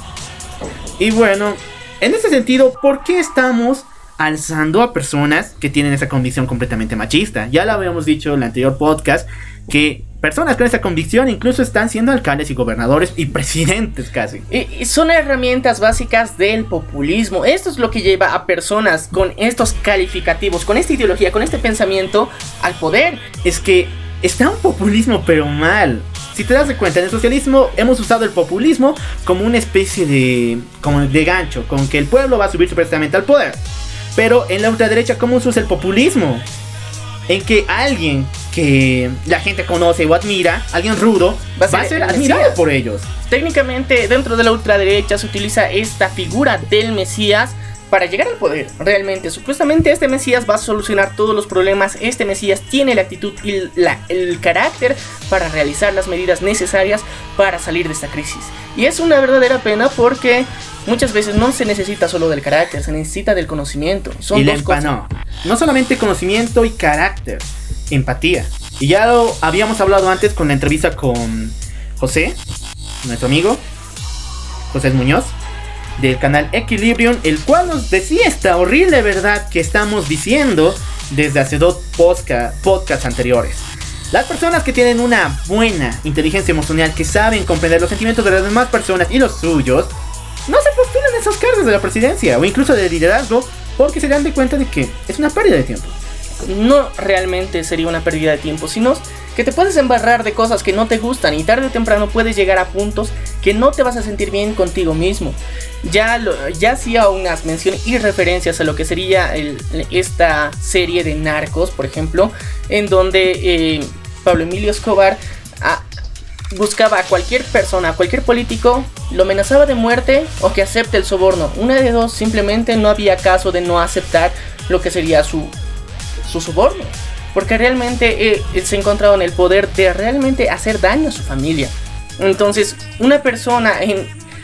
Y bueno, en ese sentido, ¿por qué estamos alzando a personas que tienen esa convicción completamente machista? Ya lo habíamos dicho en el anterior podcast, que personas con esa convicción incluso están siendo alcaldes y gobernadores y presidentes casi.
Y, y son herramientas básicas del populismo. Esto es lo que lleva a personas con estos calificativos, con esta ideología, con este pensamiento al poder.
Es que está un populismo pero mal. Si te das de cuenta, en el socialismo hemos usado el populismo como una especie de, como de gancho, con que el pueblo va a subir supuestamente al poder. Pero en la ultraderecha, ¿cómo se usa el populismo? En que alguien que la gente conoce o admira, alguien rudo, va a ser, va a ser admirado por ellos.
Técnicamente, dentro de la ultraderecha se utiliza esta figura del Mesías para llegar al poder. Realmente, supuestamente este Mesías va a solucionar todos los problemas. Este Mesías tiene la actitud y la, el carácter para realizar las medidas necesarias para salir de esta crisis. Y es una verdadera pena porque muchas veces no se necesita solo del carácter, se necesita del conocimiento. Son
y
dos
la
cosas.
No, no solamente conocimiento y carácter, empatía. Y ya lo habíamos hablado antes con la entrevista con José, nuestro amigo José Muñoz, del canal Equilibrium, el cual nos decía esta horrible verdad que estamos diciendo desde hace dos podcasts podcast anteriores. Las personas que tienen una buena inteligencia emocional, que saben comprender los sentimientos de las demás personas y los suyos, no se postulan esos cargos de la presidencia o incluso de liderazgo, porque se dan de cuenta de que es una pérdida de tiempo.
No realmente sería una pérdida de tiempo, sino que te puedes embarrar de cosas que no te gustan y tarde o temprano puedes llegar a puntos que no te vas a sentir bien contigo mismo. Ya, lo, ya hacía unas menciones y referencias a lo que sería el, esta serie de Narcos, por ejemplo, en donde eh, Pablo Emilio Escobar ha, buscaba a cualquier persona, a cualquier político, lo amenazaba de muerte o que acepte el soborno. Una de dos, simplemente no había caso de no aceptar lo que sería su, su soborno. Porque realmente eh, se encontraba en el poder de realmente hacer daño a su familia. Entonces, una persona en,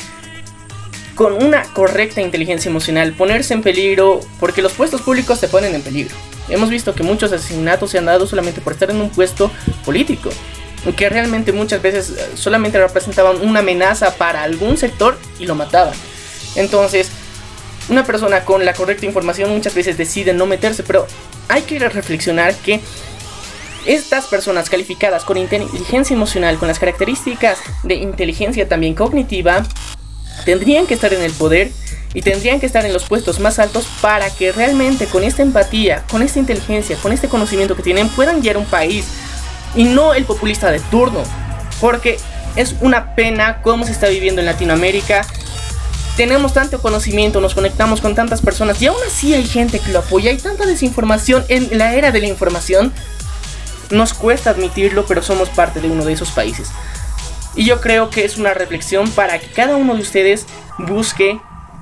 con una correcta inteligencia emocional, ponerse en peligro, porque los puestos públicos se ponen en peligro. Hemos visto que muchos asesinatos se han dado solamente por estar en un puesto político, que realmente muchas veces solamente representaban una amenaza para algún sector y lo mataban. Entonces, una persona con la correcta información muchas veces decide no meterse, pero hay que reflexionar que estas personas calificadas con inteligencia emocional, con las características de inteligencia también cognitiva, tendrían que estar en el poder y tendrían que estar en los puestos más altos para que realmente con esta empatía, con esta inteligencia, con este conocimiento que tienen, puedan guiar un país y no el populista de turno. Porque es una pena cómo se está viviendo en Latinoamérica. Tenemos tanto conocimiento, nos conectamos con tantas personas y aún así hay gente que lo apoya. Hay tanta desinformación en la era de la información. Nos cuesta admitirlo, pero somos parte de uno de esos países. Y yo creo que es una reflexión para que cada uno de ustedes busque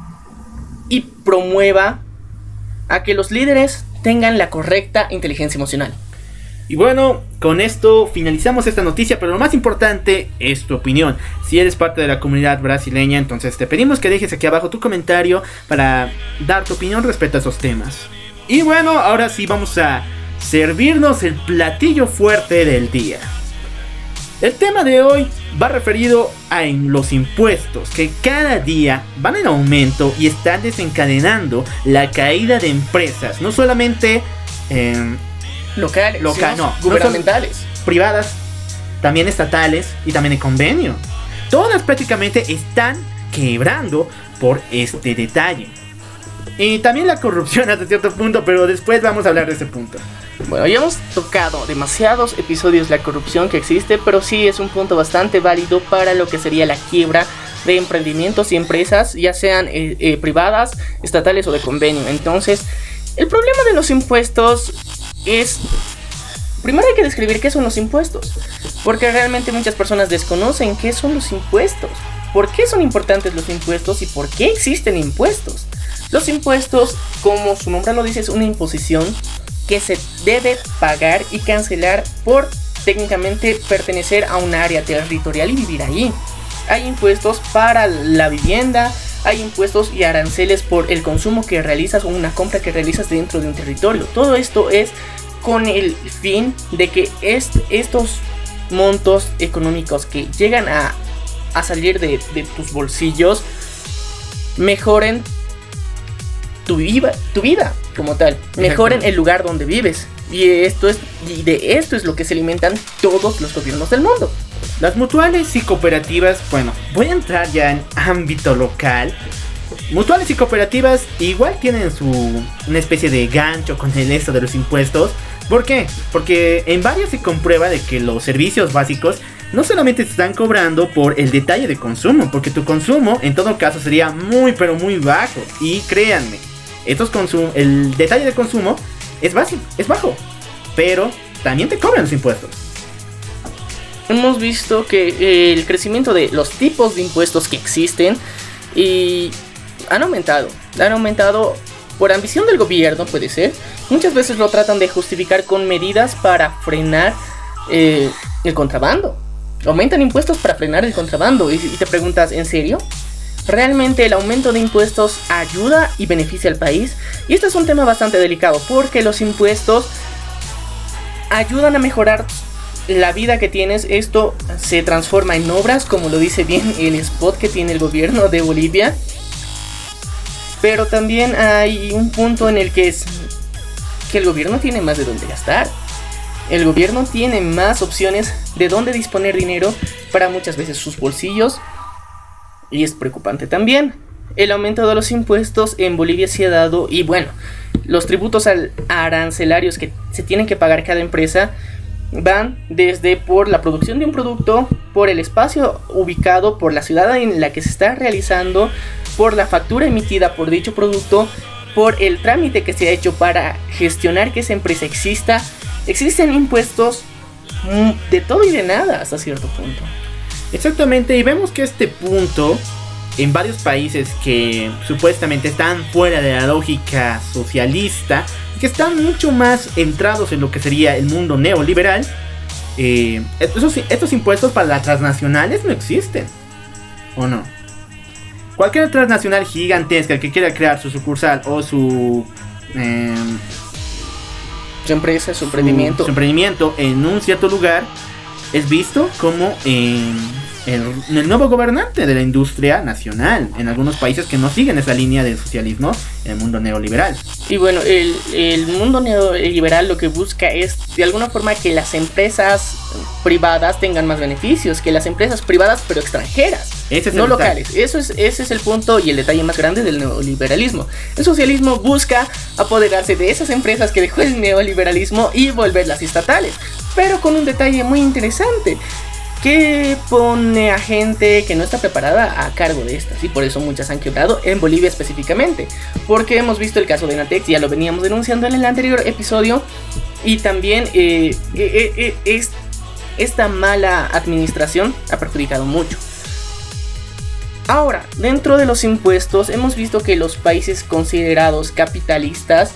y promueva a que los líderes tengan la correcta inteligencia emocional.
Y bueno, con esto finalizamos esta noticia, pero lo más importante es tu opinión. Si eres parte de la comunidad brasileña, entonces te pedimos que dejes aquí abajo tu comentario para dar tu opinión respecto a esos temas. Y bueno, ahora sí vamos a servirnos el platillo fuerte del día. El tema de hoy va referido a en los impuestos, que cada día van en aumento y están desencadenando la caída de empresas, no solamente eh,
locales,
loca, no,
gubernamentales,
no privadas, también estatales y también de convenio. Todas prácticamente están quebrando por este detalle. Y también la corrupción hasta cierto punto, pero después vamos a hablar de ese punto.
Bueno, ya hemos tocado demasiados episodios la corrupción que existe, pero sí es un punto bastante válido para lo que sería la quiebra de emprendimientos y empresas, ya sean eh, eh, privadas, estatales o de convenio. Entonces, el problema de los impuestos es... Primero hay que describir qué son los impuestos, porque realmente muchas personas desconocen qué son los impuestos, por qué son importantes los impuestos y por qué existen impuestos. Los impuestos, como su nombre lo dice, es una imposición que se debe pagar y cancelar por técnicamente pertenecer a un área territorial y vivir ahí. Hay impuestos para la vivienda, hay impuestos y aranceles por el consumo que realizas o una compra que realizas dentro de un territorio. Todo esto es con el fin de que est- estos montos económicos que llegan a, a salir de, de tus bolsillos mejoren tu, viva, tu vida como tal, mejoren el lugar donde vives. Y esto es y de esto es lo que se alimentan todos los gobiernos del mundo.
Las mutuales y cooperativas, bueno, voy a entrar ya en ámbito local. Mutuales y cooperativas igual tienen su una especie de gancho con el esto de los impuestos. ¿Por qué? Porque en varias se comprueba de que los servicios básicos no solamente se están cobrando por el detalle de consumo, porque tu consumo en todo caso sería muy pero muy bajo. Y créanme, estos consum- el detalle de consumo es básico, es bajo, pero también te cobran los impuestos.
Hemos visto que eh, el crecimiento de los tipos de impuestos que existen y han aumentado, han aumentado por ambición del gobierno, puede ser. Muchas veces lo tratan de justificar con medidas para frenar eh, el contrabando. Aumentan impuestos para frenar el contrabando y, y te preguntas, ¿en serio? ¿Realmente el aumento de impuestos ayuda y beneficia al país? Y este es un tema bastante delicado porque los impuestos ayudan a mejorar la vida que tienes. Esto se transforma en obras, como lo dice bien el spot que tiene el gobierno de Bolivia. Pero también hay un punto en el que es que el gobierno tiene más de dónde gastar. El gobierno tiene más opciones de dónde disponer dinero para muchas veces sus bolsillos. Y es preocupante también. El aumento de los impuestos en Bolivia se ha dado. Y bueno, los tributos al arancelarios que se tienen que pagar cada empresa van desde por la producción de un producto, por el espacio ubicado, por la ciudad en la que se está realizando, por la factura emitida por dicho producto, por el trámite que se ha hecho para gestionar que esa empresa exista. Existen impuestos de todo y de nada hasta cierto punto.
Exactamente, y vemos que este punto en varios países que supuestamente están fuera de la lógica socialista, que están mucho más entrados en lo que sería el mundo neoliberal, eh, estos, estos impuestos para las transnacionales no existen, ¿o no? Cualquier transnacional gigantesca que quiera crear su sucursal o su... Eh,
su empresa, su emprendimiento.
Su, su emprendimiento en un cierto lugar es visto como eh, el, el nuevo gobernante de la industria nacional en algunos países que no siguen esa línea del socialismo en el mundo neoliberal.
Y bueno, el, el mundo neoliberal lo que busca es de alguna forma que las empresas privadas tengan más beneficios, que las empresas privadas pero extranjeras,
ese es
no
el
locales.
detalle.
Eso es, ese es el punto y el detalle más grande del neoliberalismo. El socialismo busca apoderarse de esas empresas que dejó el neoliberalismo y volverlas estatales, pero con un detalle muy interesante, que pone a gente que no está preparada a cargo de estas, y por eso muchas han quebrado en Bolivia específicamente, porque hemos visto el caso de Natex, ya lo veníamos denunciando en el anterior episodio, y también eh, eh, eh, es, esta mala administración ha perjudicado mucho. Ahora, dentro de los impuestos hemos visto que los países considerados capitalistas,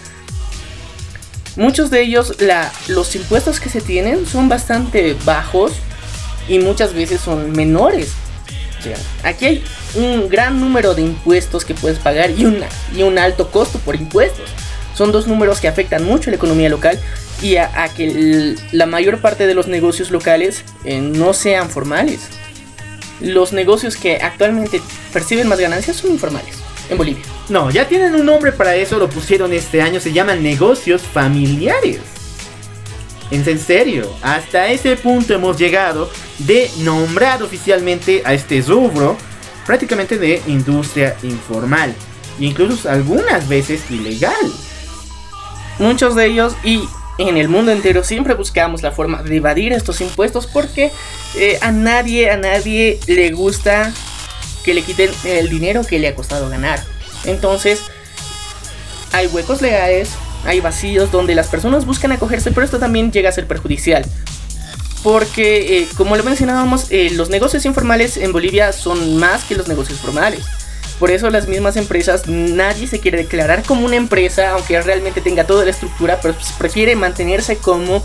muchos de ellos, la, los impuestos que se tienen son bastante bajos y muchas veces son menores. O sea, aquí hay un gran número de impuestos que puedes pagar y, una, y un alto costo por impuestos. Son dos números que afectan mucho a la economía local y a, a que el, la mayor parte de los negocios locales eh, no sean formales. Los negocios que actualmente perciben más ganancias son informales en Bolivia.
No, ya tienen un nombre para eso, lo pusieron este año, se llaman negocios familiares. En serio, hasta ese punto hemos llegado de nombrar oficialmente a este rubro prácticamente de industria informal, e incluso algunas veces ilegal.
Muchos de ellos, y en el mundo entero siempre buscamos la forma de evadir estos impuestos porque eh, a nadie, a nadie le gusta que le quiten el dinero que le ha costado ganar. Entonces hay huecos legales, hay vacíos donde las personas buscan acogerse, pero esto también llega a ser perjudicial. Porque, eh, como lo mencionábamos, eh, los negocios informales en Bolivia son más que los negocios formales. Por eso las mismas empresas, nadie se quiere declarar como una empresa, aunque realmente tenga toda la estructura, pero pues prefiere mantenerse como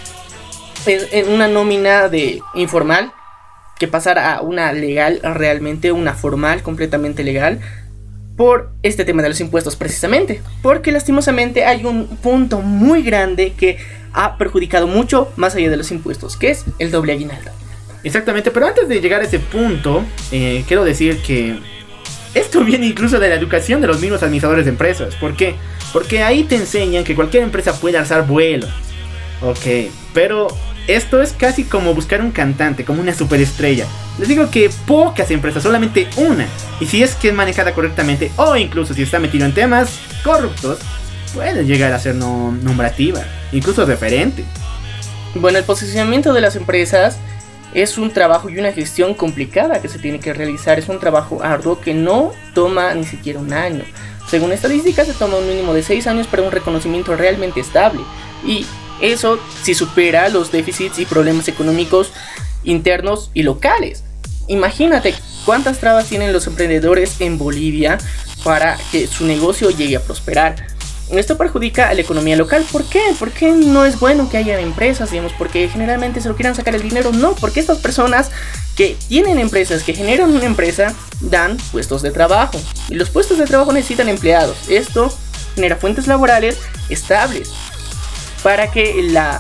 en, en una nómina de informal que pasar a una legal, realmente una formal, completamente legal, por este tema de los impuestos precisamente, porque lastimosamente hay un punto muy grande que ha perjudicado mucho más allá de los impuestos, que es el doble aguinaldo.
Exactamente, pero antes de llegar a ese punto, eh, quiero decir que esto viene incluso de la educación de los mismos administradores de empresas. ¿Por qué? Porque ahí te enseñan que cualquier empresa puede alzar vuelo. Ok, pero esto es casi como buscar un cantante, como una superestrella. Les digo que pocas empresas, solamente una, y si es que es manejada correctamente, o incluso si está metido en temas corruptos, puede llegar a ser no nombrativa, incluso referente.
Bueno, el posicionamiento de las empresas es un trabajo y una gestión complicada que se tiene que realizar. Es un trabajo arduo que no toma ni siquiera un año. Según estadísticas, se toma un mínimo de seis años para un reconocimiento realmente estable. Y eso si supera los déficits y problemas económicos internos y locales. Imagínate cuántas trabas tienen los emprendedores en Bolivia para que su negocio llegue a prosperar. Esto perjudica a la economía local. ¿Por qué? ¿Por qué no es bueno que haya empresas, digamos? Porque generalmente se lo quieran sacar el dinero. No, porque estas personas que tienen empresas, que generan una empresa, dan puestos de trabajo. Y los puestos de trabajo necesitan empleados. Esto genera fuentes laborales estables para que la,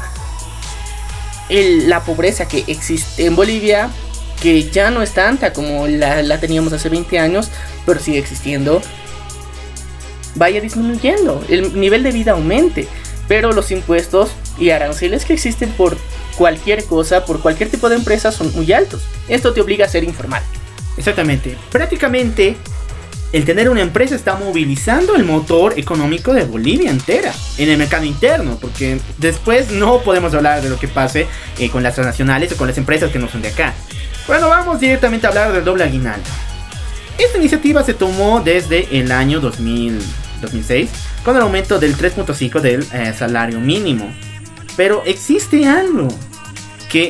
el, la pobreza que existe en Bolivia, que ya no es tanta como la, la teníamos hace veinte años, pero sigue existiendo, vaya disminuyendo, el nivel de vida aumente, pero los impuestos y aranceles que existen por cualquier cosa, por cualquier tipo de empresa, son muy altos. Esto te obliga a ser informal.
Exactamente, prácticamente el tener una empresa está movilizando el motor económico de Bolivia entera en el mercado interno, porque después no podemos hablar de lo que pase eh, con las transnacionales o con las empresas que no son de acá. Bueno, vamos directamente a hablar del doble aguinaldo. Esta iniciativa se tomó desde el año dos mil, dos mil seis con el aumento del tres punto cinco del eh, salario mínimo. Pero existe algo que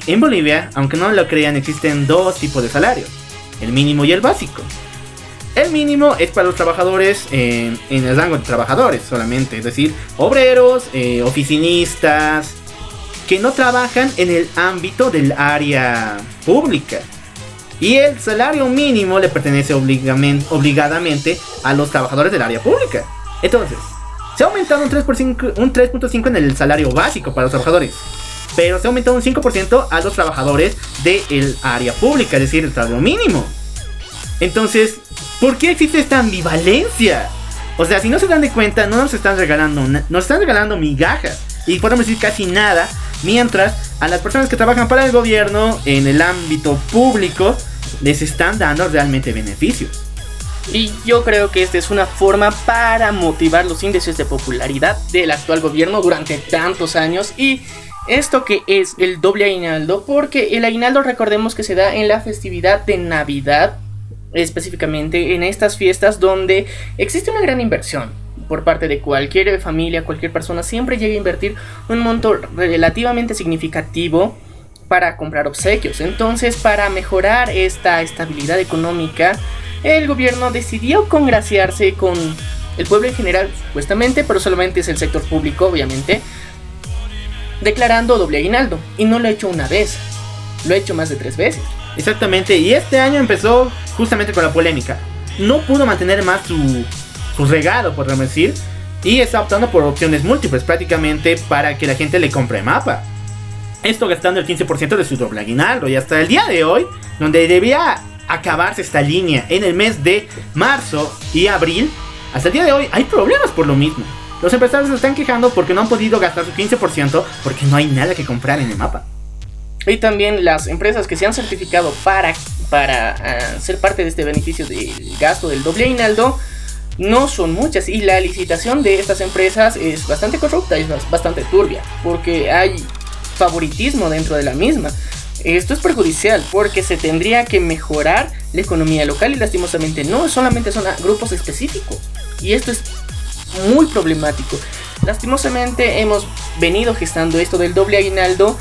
En Bolivia, aunque no lo crean, existen dos tipos de salarios, el mínimo y el básico. El mínimo es para los trabajadores eh, en el rango de trabajadores solamente, es decir, obreros, eh, oficinistas, que no trabajan en el ámbito del área pública. Y el salario mínimo le pertenece obligadamente a los trabajadores del área pública. Entonces, se ha aumentado un tres punto cinco en el salario básico para los trabajadores, pero se ha aumentado un cinco por ciento a los trabajadores del área pública, es decir, el salario mínimo. Entonces, ¿por qué existe esta ambivalencia? O sea, si no se dan de cuenta, no nos están regalando, nos están regalando migajas, y podemos decir casi nada, mientras a las personas que trabajan para el gobierno en el ámbito público les están dando realmente beneficios.
Y yo creo que esta es una forma para motivar los índices de popularidad del actual gobierno durante tantos años. Y esto que es el doble aguinaldo, porque el aguinaldo, recordemos que se da en la festividad de Navidad, específicamente en estas fiestas donde existe una gran inversión por parte de cualquier familia, cualquier persona siempre llega a invertir un monto relativamente significativo para comprar obsequios. Entonces, para mejorar esta estabilidad económica, el gobierno decidió congraciarse con el pueblo en general, supuestamente, pero solamente es el sector público, obviamente, declarando doble aguinaldo. Y no lo ha hecho una vez, lo ha hecho más de tres veces.
Exactamente, y este año empezó justamente con la polémica. No pudo mantener más su, su regalo, podríamos decir, y está optando por opciones múltiples prácticamente para que la gente le compre mapa. Esto gastando el quince por ciento de su doble aguinaldo. Y hasta el día de hoy, donde debía acabarse esta línea en el mes de marzo y abril, hasta el día de hoy hay problemas por lo mismo. Los empresarios se están quejando porque no han podido gastar su quince por ciento porque no hay nada que comprar en el mapa.
Y también las empresas que se han certificado para, para uh, ser parte de este beneficio del gasto del doble aguinaldo no son muchas, y la licitación de estas empresas es bastante corrupta, es bastante turbia, porque hay favoritismo dentro de la misma. Esto es perjudicial porque se tendría que mejorar la economía local y lastimosamente no, solamente son grupos específicos, y esto es muy problemático. Lastimosamente hemos venido gestando esto del doble aguinaldo,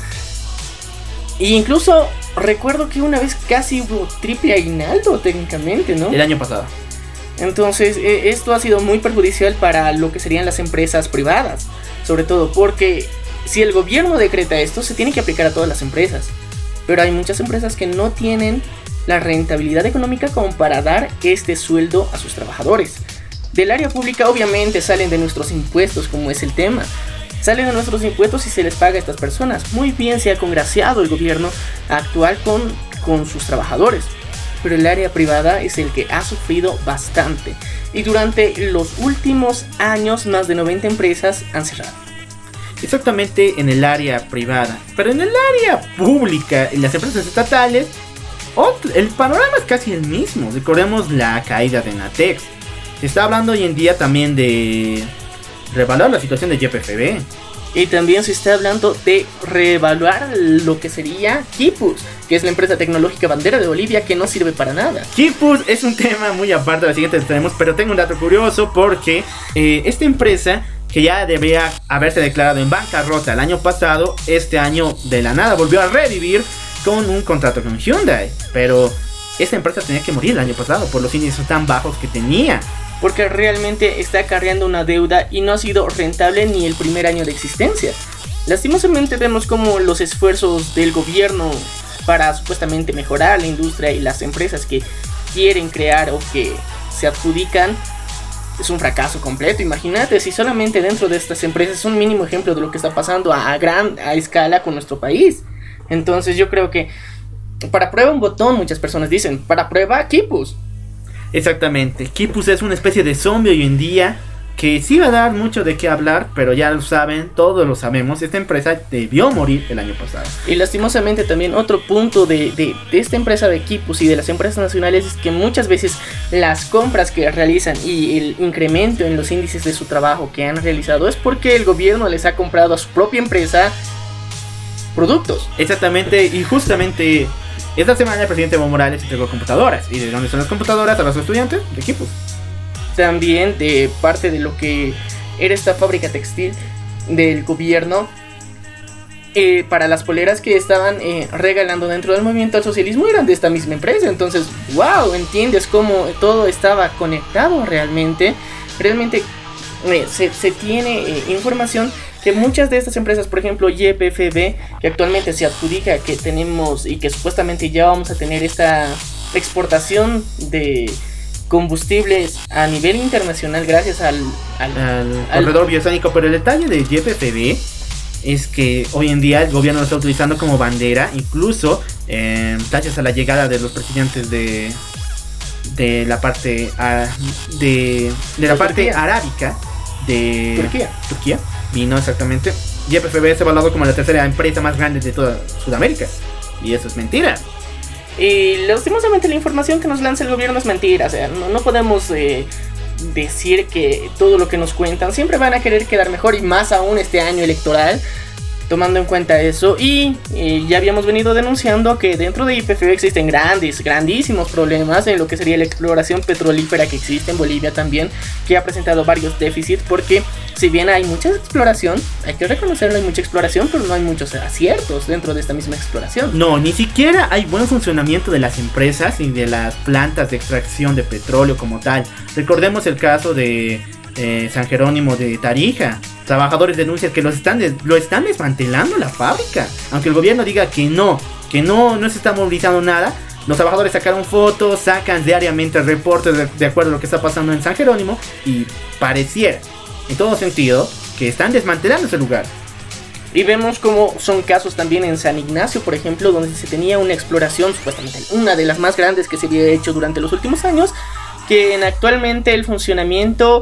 e incluso recuerdo que una vez casi hubo triple aguinaldo técnicamente, ¿no?
El año pasado.
Entonces eh, esto ha sido muy perjudicial para lo que serían las empresas privadas, sobre todo porque si el gobierno decreta esto, se tiene que aplicar a todas las empresas, pero hay muchas empresas que no tienen la rentabilidad económica como para dar este sueldo a sus trabajadores. Del área pública obviamente salen de nuestros impuestos, como es el tema. Salen de nuestros impuestos y se les paga a estas personas. Muy bien se ha congraciado el gobierno actual con, con sus trabajadores, pero el área privada es el que ha sufrido bastante. Y durante los últimos años más de noventa empresas han cerrado.
Exactamente, en el área privada. Pero en el área pública, en las empresas estatales, otro, el panorama es casi el mismo. Recordemos la caída de Natex. Se está hablando hoy en día también de reevaluar la situación de Y P F B.
Y también se está hablando de reevaluar lo que sería Quipus, que es la empresa tecnológica bandera de Bolivia, que no sirve para nada.
Quipus es un tema muy aparte de la siguiente que tenemos, pero tengo un dato curioso porque eh, esta empresa, que ya debería haberse declarado en bancarrota el año pasado, este año de la nada volvió a revivir con un contrato con Hyundai. Pero esta empresa tenía que morir el año pasado por los índices tan bajos que tenía,
porque realmente está acarreando una deuda y no ha sido rentable ni el primer año de existencia. Lastimosamente vemos como los esfuerzos del gobierno para supuestamente mejorar la industria y las empresas que quieren crear o que se adjudican es un fracaso completo. Imagínate si solamente dentro de estas empresas es un mínimo ejemplo de lo que está pasando a gran a escala con nuestro país. Entonces yo creo que para prueba un botón, muchas personas dicen, para prueba Quipus.
Exactamente, Quipus es una especie de zombie hoy en día que sí va a dar mucho de qué hablar, pero ya lo saben, todos lo sabemos, esta empresa debió morir el año pasado.
Y lastimosamente también otro punto de, de, de esta empresa de Quipus y de las empresas nacionales es que muchas veces las compras que realizan y el incremento en los índices de su trabajo que han realizado es porque el gobierno les ha comprado a su propia empresa productos.
Exactamente, y justamente esta semana el presidente Evo Morales entregó computadoras. ¿Y de dónde son las computadoras a los estudiantes? De Quipus.
También de parte de lo que era esta fábrica textil del gobierno, eh, para las poleras que estaban eh, regalando dentro del movimiento al socialismo eran de esta misma empresa. Entonces, wow, entiendes cómo todo estaba conectado realmente. Realmente eh, se, se tiene eh, información que muchas de estas empresas, por ejemplo Y P F B, que actualmente se adjudica que tenemos y que supuestamente ya vamos a tener esta exportación de combustibles a nivel internacional gracias al, al,
al,
al
corredor bioceánico. Pero el detalle de Y P F B es que hoy en día el gobierno lo está utilizando como bandera, incluso eh, gracias a la llegada de los presidentes de de la parte uh, de, de la
de
parte
Turquía.
arábica de
Turquía.
Turquía vino exactamente. Y Y P F B es evaluado como la tercera empresa más grande de toda Sudamérica, y eso es mentira.
Y lastimosamente la información que nos lanza el gobierno es mentira. O sea, no, no podemos eh, decir que todo lo que nos cuentan siempre van a querer quedar mejor, y más aún este año electoral, tomando en cuenta eso. Y eh, ya habíamos venido denunciando que dentro de Y P F B existen grandes, grandísimos problemas en lo que sería la exploración petrolífera que existe en Bolivia también, que ha presentado varios déficits, porque si bien hay mucha exploración, hay que reconocerlo, hay mucha exploración, pero no hay muchos aciertos dentro de esta misma exploración.
No, ni siquiera hay buen funcionamiento de las empresas y de las plantas de extracción de petróleo como tal. Recordemos el caso de eh, San Jerónimo de Tarija. Trabajadores denuncian que los están des- lo están desmantelando la fábrica. Aunque el gobierno diga que no, que no, no se está movilizando nada, los trabajadores sacaron fotos, sacan diariamente reportes de, de acuerdo a lo que está pasando en San Jerónimo, y pareciera, en todo sentido, que están desmantelando ese lugar.
Y vemos como son casos también en San Ignacio, por ejemplo, donde se tenía una exploración, supuestamente una de las más grandes que se había hecho durante los últimos años, que en actualmente el funcionamiento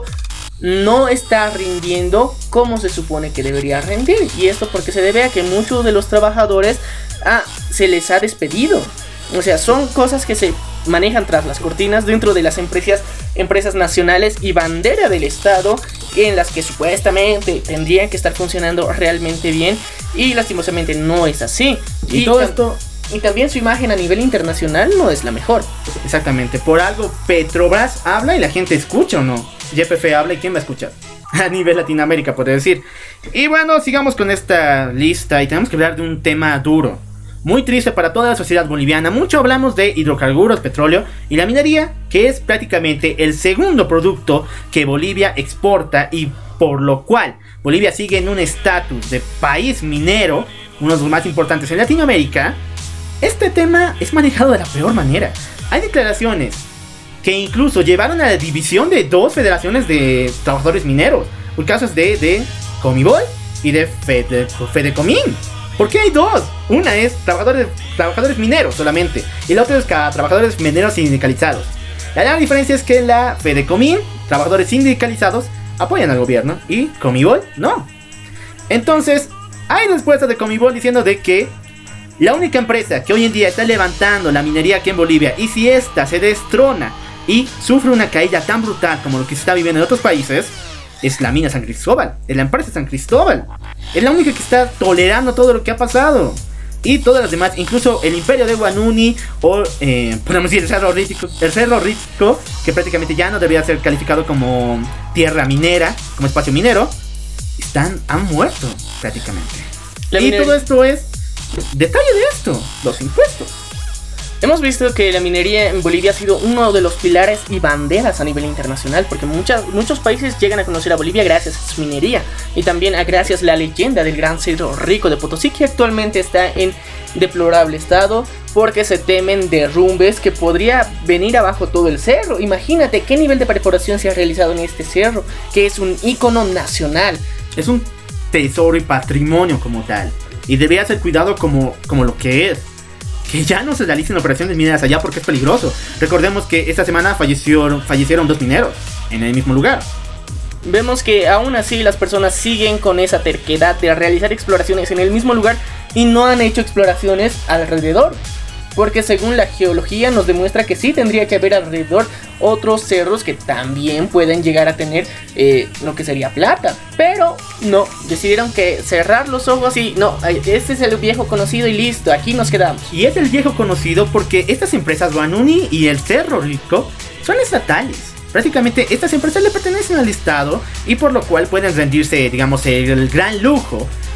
no está rindiendo como se supone que debería rendir. Y esto porque se debe a que muchos de los trabajadores ah, se les ha despedido. O sea, son cosas que se manejan tras las cortinas dentro de las empresas, empresas nacionales y bandera del Estado, en las que supuestamente tendrían que estar funcionando realmente bien, y lastimosamente no es así.
Y, y todo esto...
Y también su imagen a nivel internacional no es la mejor.
Exactamente, por algo Petrobras habla y la gente escucha, ¿o no? Y P F habla y ¿quién va a escuchar? A nivel Latinoamérica, podría decir. Y bueno, sigamos con esta lista y tenemos que hablar de un tema duro, muy triste para toda la sociedad boliviana. Mucho hablamos de hidrocarburos, petróleo y la minería, que es prácticamente el segundo producto que Bolivia exporta, y por lo cual Bolivia sigue en un estatus de país minero, uno de los más importantes en Latinoamérica. Este tema es manejado de la peor manera. Hay declaraciones que incluso llevaron a la división de dos federaciones de trabajadores mineros. El caso es de, de Comibol y de Fede, Fedecomín. ¿Por qué hay dos? Una es trabajadores, trabajadores mineros solamente, y la otra es trabajadores mineros sindicalizados. La gran diferencia es que la Fedecomín, trabajadores sindicalizados, apoyan al gobierno, y Comibol no. Entonces, hay respuestas de Comibol diciendo de que la única empresa que hoy en día está levantando la minería aquí en Bolivia, y si esta se destrona y sufre una caída tan brutal como lo que se está viviendo en otros países, es la mina San Cristóbal, es la empresa San Cristóbal. Es la única que está tolerando todo lo que ha pasado. Y todas las demás, incluso el imperio de Guanuni, o eh, podemos decir el Cerro Rico, el Cerro Rico, que prácticamente ya no debería ser calificado como tierra minera, como espacio minero, están, han muerto prácticamente. La y minería. Todo esto es detalle de esto, los impuestos.
Hemos visto que la minería en Bolivia ha sido uno de los pilares y banderas a nivel internacional, porque muchas, muchos países llegan a conocer a Bolivia gracias a su minería, y también a gracias a la leyenda del Gran Cerro Rico de Potosí, que actualmente está en deplorable estado porque se temen derrumbes que podría venir abajo todo el cerro. Imagínate qué nivel de perforación se ha realizado en este cerro, que es un ícono nacional.
Es un tesoro y patrimonio como tal, y debería ser cuidado como, como lo que es. Que ya no se realicen operaciones mineras allá porque es peligroso. Recordemos que esta semana falleció, fallecieron dos mineros en el mismo lugar.
Vemos que aún así las personas siguen con esa terquedad de realizar exploraciones en el mismo lugar y no han hecho exploraciones alrededor, porque según la geología nos demuestra que sí tendría que haber alrededor otros cerros que también pueden llegar a tener eh, lo que sería plata. Pero no, decidieron que cerrar los ojos y no, este es el viejo conocido y listo, aquí nos quedamos.
Y es el viejo conocido porque estas empresas Guanuni y el Cerro Rico son estatales. Prácticamente estas empresas le pertenecen al Estado, y por lo cual pueden rendirse, digamos, el gran lujo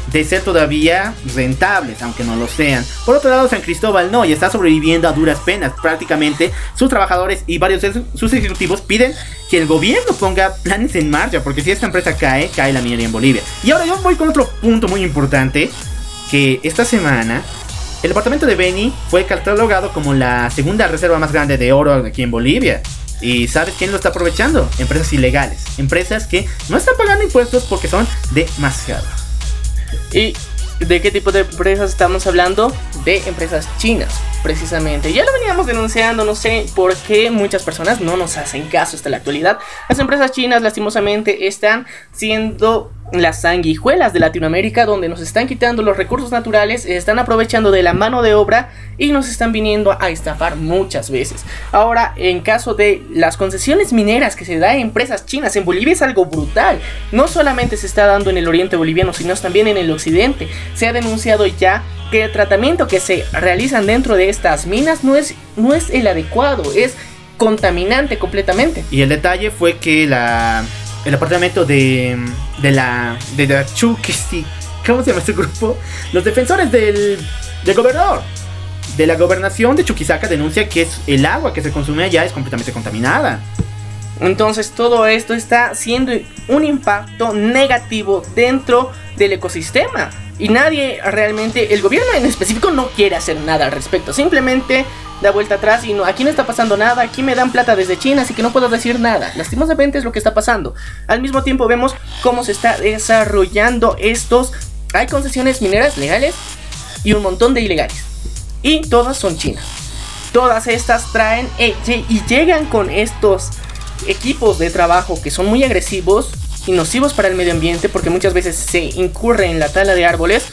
de ser todavía rentables, aunque no lo sean. Por otro lado, San Cristóbal no, y está sobreviviendo a duras penas. Prácticamente sus trabajadores y varios de sus ejecutivos piden que el gobierno ponga planes en marcha, porque si esta empresa cae, cae la minería en Bolivia. Y ahora yo voy con otro punto muy importante, que esta semana el departamento de Beni fue catalogado como la segunda reserva más grande de oro aquí en Bolivia. ¿Y sabes quién lo está aprovechando? Empresas ilegales, empresas que no están pagando impuestos porque son demasiados.
¿Y de qué tipo de empresas estamos hablando? De empresas chinas, precisamente. Ya lo veníamos denunciando, no sé por qué muchas personas no nos hacen caso hasta la actualidad. Las empresas chinas lastimosamente están siendo las sanguijuelas de Latinoamérica, donde nos están quitando los recursos naturales, están aprovechando de la mano de obra y nos están viniendo a estafar muchas veces. Ahora, en caso de las concesiones mineras que se da a empresas chinas en Bolivia, es algo brutal. No solamente se está dando en el oriente boliviano, sino también en el occidente. Se ha denunciado ya que el tratamiento que se realizan dentro de estas minas no es, no es el adecuado, es contaminante completamente.
Y el detalle fue que la... el apartamento de, de la de la Chuquisi, ¿cómo se llama este grupo? Los defensores del, del gobernador de la gobernación de Chuquisaca denuncia que es el agua que se consume allá es completamente contaminada.
Entonces todo esto está siendo un impacto negativo dentro del ecosistema. Y nadie realmente, el gobierno en específico no quiere hacer nada al respecto. Simplemente da vuelta atrás y no, aquí no está pasando nada, aquí me dan plata desde China, así que no puedo decir nada. Lastimosamente es lo que está pasando. Al mismo tiempo vemos cómo se está desarrollando estos. Hay concesiones mineras legales y un montón de ilegales. Y todas son chinas. Todas estas traen eh, y llegan con estos equipos de trabajo que son muy agresivos y nocivos para el medio ambiente, porque muchas veces se incurre en la tala de árboles.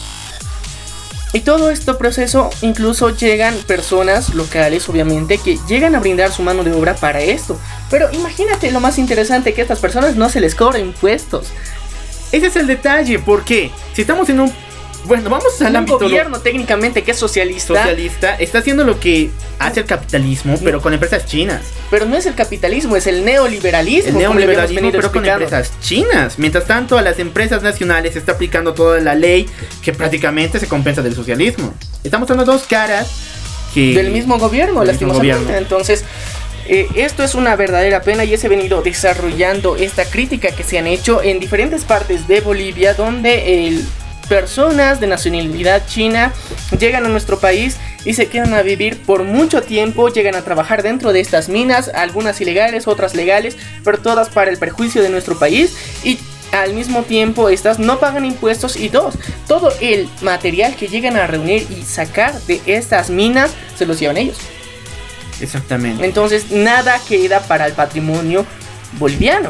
Y todo este proceso, incluso llegan personas locales, obviamente, que llegan a brindar su mano de obra para esto. Pero imagínate lo más interesante, que a estas personas no se les cobra impuestos.
Ese es el detalle, porque si estamos en un... Bueno, vamos al
un
ámbito...
Un gobierno lo... técnicamente que es socialista.
Socialista, está haciendo lo que hace el capitalismo, pero con empresas chinas.
Pero no es el capitalismo, es el neoliberalismo.
El neoliberalismo, pero con empresas chinas. Mientras tanto, a las empresas nacionales se está aplicando toda la ley que prácticamente se compensa del socialismo. Estamos dando dos caras que...
del mismo gobierno,
del
lastimosamente.
Mismo gobierno.
Entonces... Eh, esto es una verdadera pena y se ha venido desarrollando esta crítica que se han hecho en diferentes partes de Bolivia, donde el... personas de nacionalidad china llegan a nuestro país y se quedan a vivir por mucho tiempo, llegan a trabajar dentro de estas minas, algunas ilegales, otras legales, pero todas para el perjuicio de nuestro país. Y al mismo tiempo estas no pagan impuestos, y dos, todo el material que llegan a reunir y sacar de estas minas se los llevan ellos.
Exactamente.
Entonces nada queda para el patrimonio boliviano.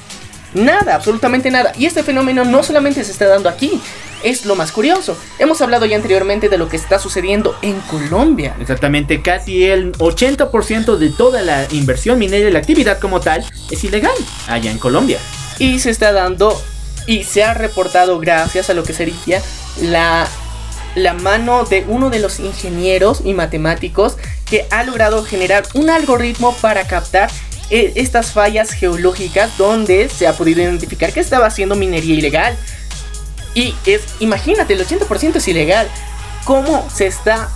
Nada, absolutamente nada. Y este fenómeno no solamente se está dando aquí, es lo más curioso. Hemos hablado ya anteriormente de lo que está sucediendo en Colombia.
Exactamente, casi el ochenta por ciento de toda la inversión minera y la actividad como tal es ilegal allá en Colombia.
Y se está dando y se ha reportado gracias a lo que sería la, la mano de uno de los ingenieros y matemáticos que ha logrado generar un algoritmo para captar estas fallas geológicas, donde se ha podido identificar que estaba haciendo minería ilegal. Y es, imagínate, el ochenta por ciento es ilegal. ¿Cómo se está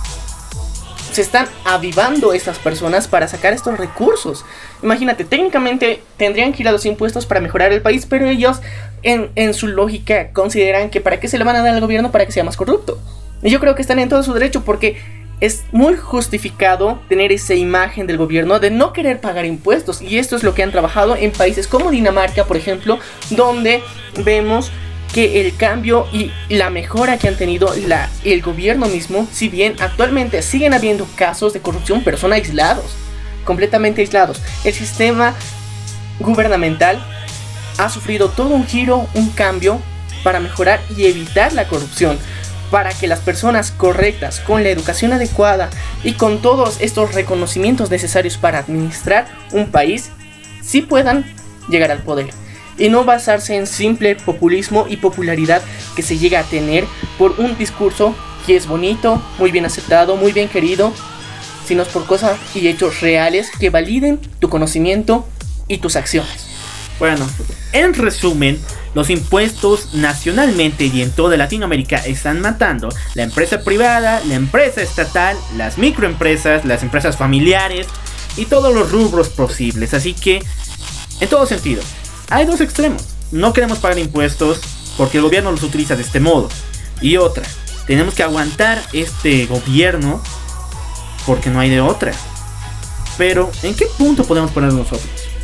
se están avivando estas personas para sacar estos recursos? Imagínate, técnicamente tendrían que ir a los impuestos para mejorar el país, pero ellos en, en su lógica consideran que para qué se le van a dar al gobierno, para que sea más corrupto. Y yo creo que están en todo su derecho, porque es muy justificado tener esa imagen del gobierno de no querer pagar impuestos. Y esto es lo que han trabajado en países como Dinamarca, por ejemplo, donde vemos que el cambio y la mejora que han tenido la, el gobierno mismo, si bien actualmente siguen habiendo casos de corrupción, pero son aislados, completamente aislados. El sistema gubernamental ha sufrido todo un giro, un cambio para mejorar y evitar la corrupción, para que las personas correctas, con la educación adecuada y con todos estos reconocimientos necesarios para administrar un país, sí puedan llegar al poder. Y no basarse en simple populismo y popularidad que se llega a tener por un discurso que es bonito, muy bien aceptado, muy bien querido, sino por cosas y hechos reales que validen tu conocimiento y tus acciones.
Bueno, en resumen, los impuestos nacionalmente y en toda Latinoamérica están matando la empresa privada, la empresa estatal, las microempresas, las empresas familiares y todos los rubros posibles. Así que, en todo sentido, hay dos extremos. No queremos pagar impuestos porque el gobierno los utiliza de este modo. Y otra, tenemos que aguantar este gobierno porque no hay de otra. Pero, ¿en qué punto podemos poner nosotros?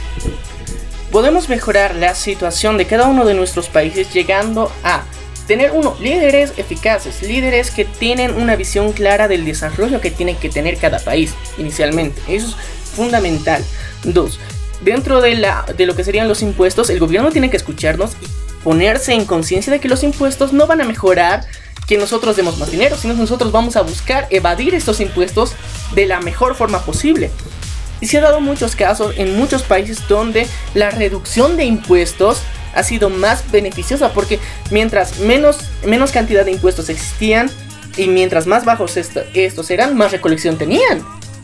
Podemos mejorar la situación de cada uno de nuestros países llegando a tener, uno, líderes eficaces, líderes que tienen una visión clara del desarrollo que tiene que tener cada país inicialmente. Eso es fundamental. Dos, dentro de, la, de lo que serían los impuestos, el gobierno tiene que escucharnos y ponerse en conciencia de que los impuestos no van a mejorar que nosotros demos más dinero, sino nosotros vamos a buscar evadir estos impuestos de la mejor forma posible. Y se ha dado muchos casos en muchos países donde la reducción de impuestos ha sido más beneficiosa, porque mientras menos, menos cantidad de impuestos existían y mientras más bajos est- estos eran, más recolección tenían.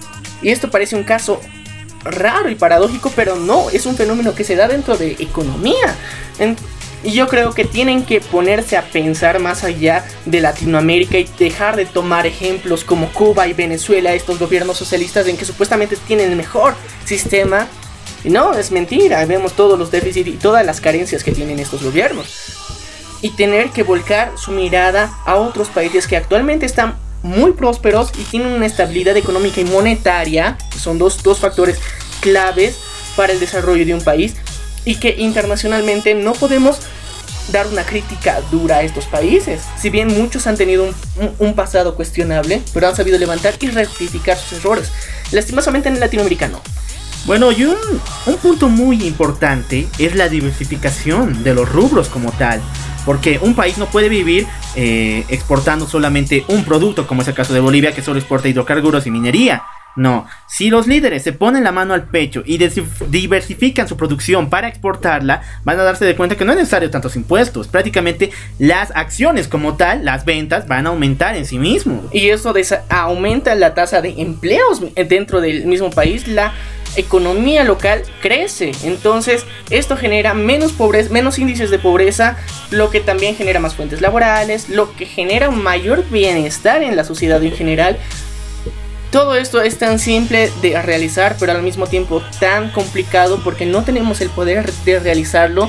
Y esto parece un caso raro y paradójico, pero no, es un fenómeno que se da dentro de economía. En- Y yo creo que tienen que ponerse a pensar más allá de Latinoamérica y dejar de tomar ejemplos como Cuba y Venezuela, estos gobiernos socialistas en que supuestamente tienen el mejor sistema. Y no, es mentira, vemos todos los déficits y todas las carencias que tienen estos gobiernos. Y tener que volcar su mirada a otros países que actualmente están muy prósperos y tienen una estabilidad económica y monetaria, que son dos, dos factores claves para el desarrollo de un país, y que internacionalmente no podemos dar una crítica dura a estos países. Si bien muchos han tenido un, un, un pasado cuestionable, pero han sabido levantar y rectificar sus errores. Lastimosamente en Latinoamérica no.
Bueno, y un, un punto muy importante es la diversificación de los rubros como tal. Porque un país no puede vivir eh, exportando solamente un producto, como es el caso de Bolivia, que solo exporta hidrocarburos y minería. No, si los líderes se ponen la mano al pecho y diversifican su producción para exportarla, van a darse de cuenta que no es necesario tantos impuestos. Prácticamente las acciones como tal, las ventas, van a aumentar en sí mismo.
Y eso desa- aumenta la tasa de empleos dentro del mismo país. La economía local crece, entonces esto genera menos pobreza, menos índices de pobreza, lo que también genera más fuentes laborales, lo que genera un mayor bienestar en la sociedad en general. Todo esto es tan simple de realizar, pero al mismo tiempo tan complicado porque no tenemos el poder de realizarlo.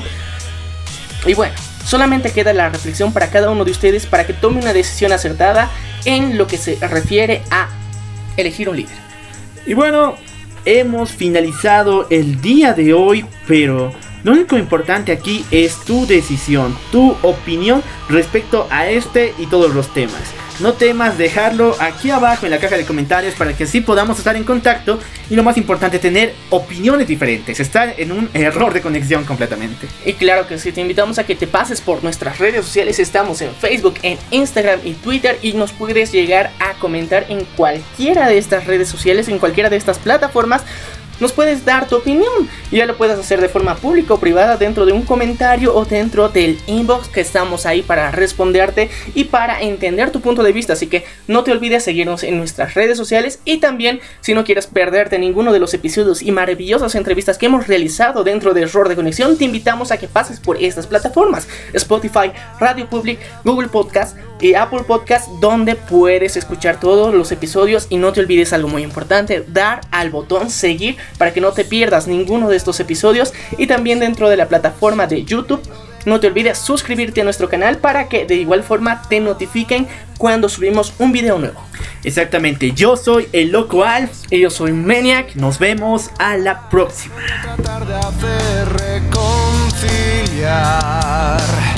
Y bueno, solamente queda la reflexión para cada uno de ustedes para que tome una decisión acertada en lo que se refiere a elegir un líder.
Y bueno, hemos finalizado el día de hoy, pero lo único importante aquí es tu decisión, tu opinión respecto a este y todos los temas. No temas dejarlo aquí abajo en la caja de comentarios para que así podamos estar en contacto. Y lo más importante, tener opiniones diferentes, estar en un error de conexión completamente.
Y claro que sí, te invitamos a que te pases por nuestras redes sociales. Estamos en Facebook, en Instagram y Twitter, y nos puedes llegar a comentar en cualquiera de estas redes sociales, en cualquiera de estas plataformas. Nos puedes dar tu opinión, y ya lo puedes hacer de forma pública o privada dentro de un comentario o dentro del inbox, que estamos ahí para responderte y para entender tu punto de vista. Así que no te olvides seguirnos en nuestras redes sociales, y también si no quieres perderte ninguno de los episodios y maravillosas entrevistas que hemos realizado dentro de Error de Conexión, te invitamos a que pases por estas plataformas: Spotify, Radio Public, Google Podcast y Apple Podcast, donde puedes escuchar todos los episodios. Y no te olvides algo muy importante: dar al botón seguir para que no te pierdas ninguno de estos episodios. Y también dentro de la plataforma de YouTube, no te olvides suscribirte a nuestro canal para que de igual forma te notifiquen cuando subimos un video nuevo.
Exactamente, yo soy el Loco Alf
y yo soy Maniac.
Nos vemos a la próxima.
Tratar de hacer reconciliar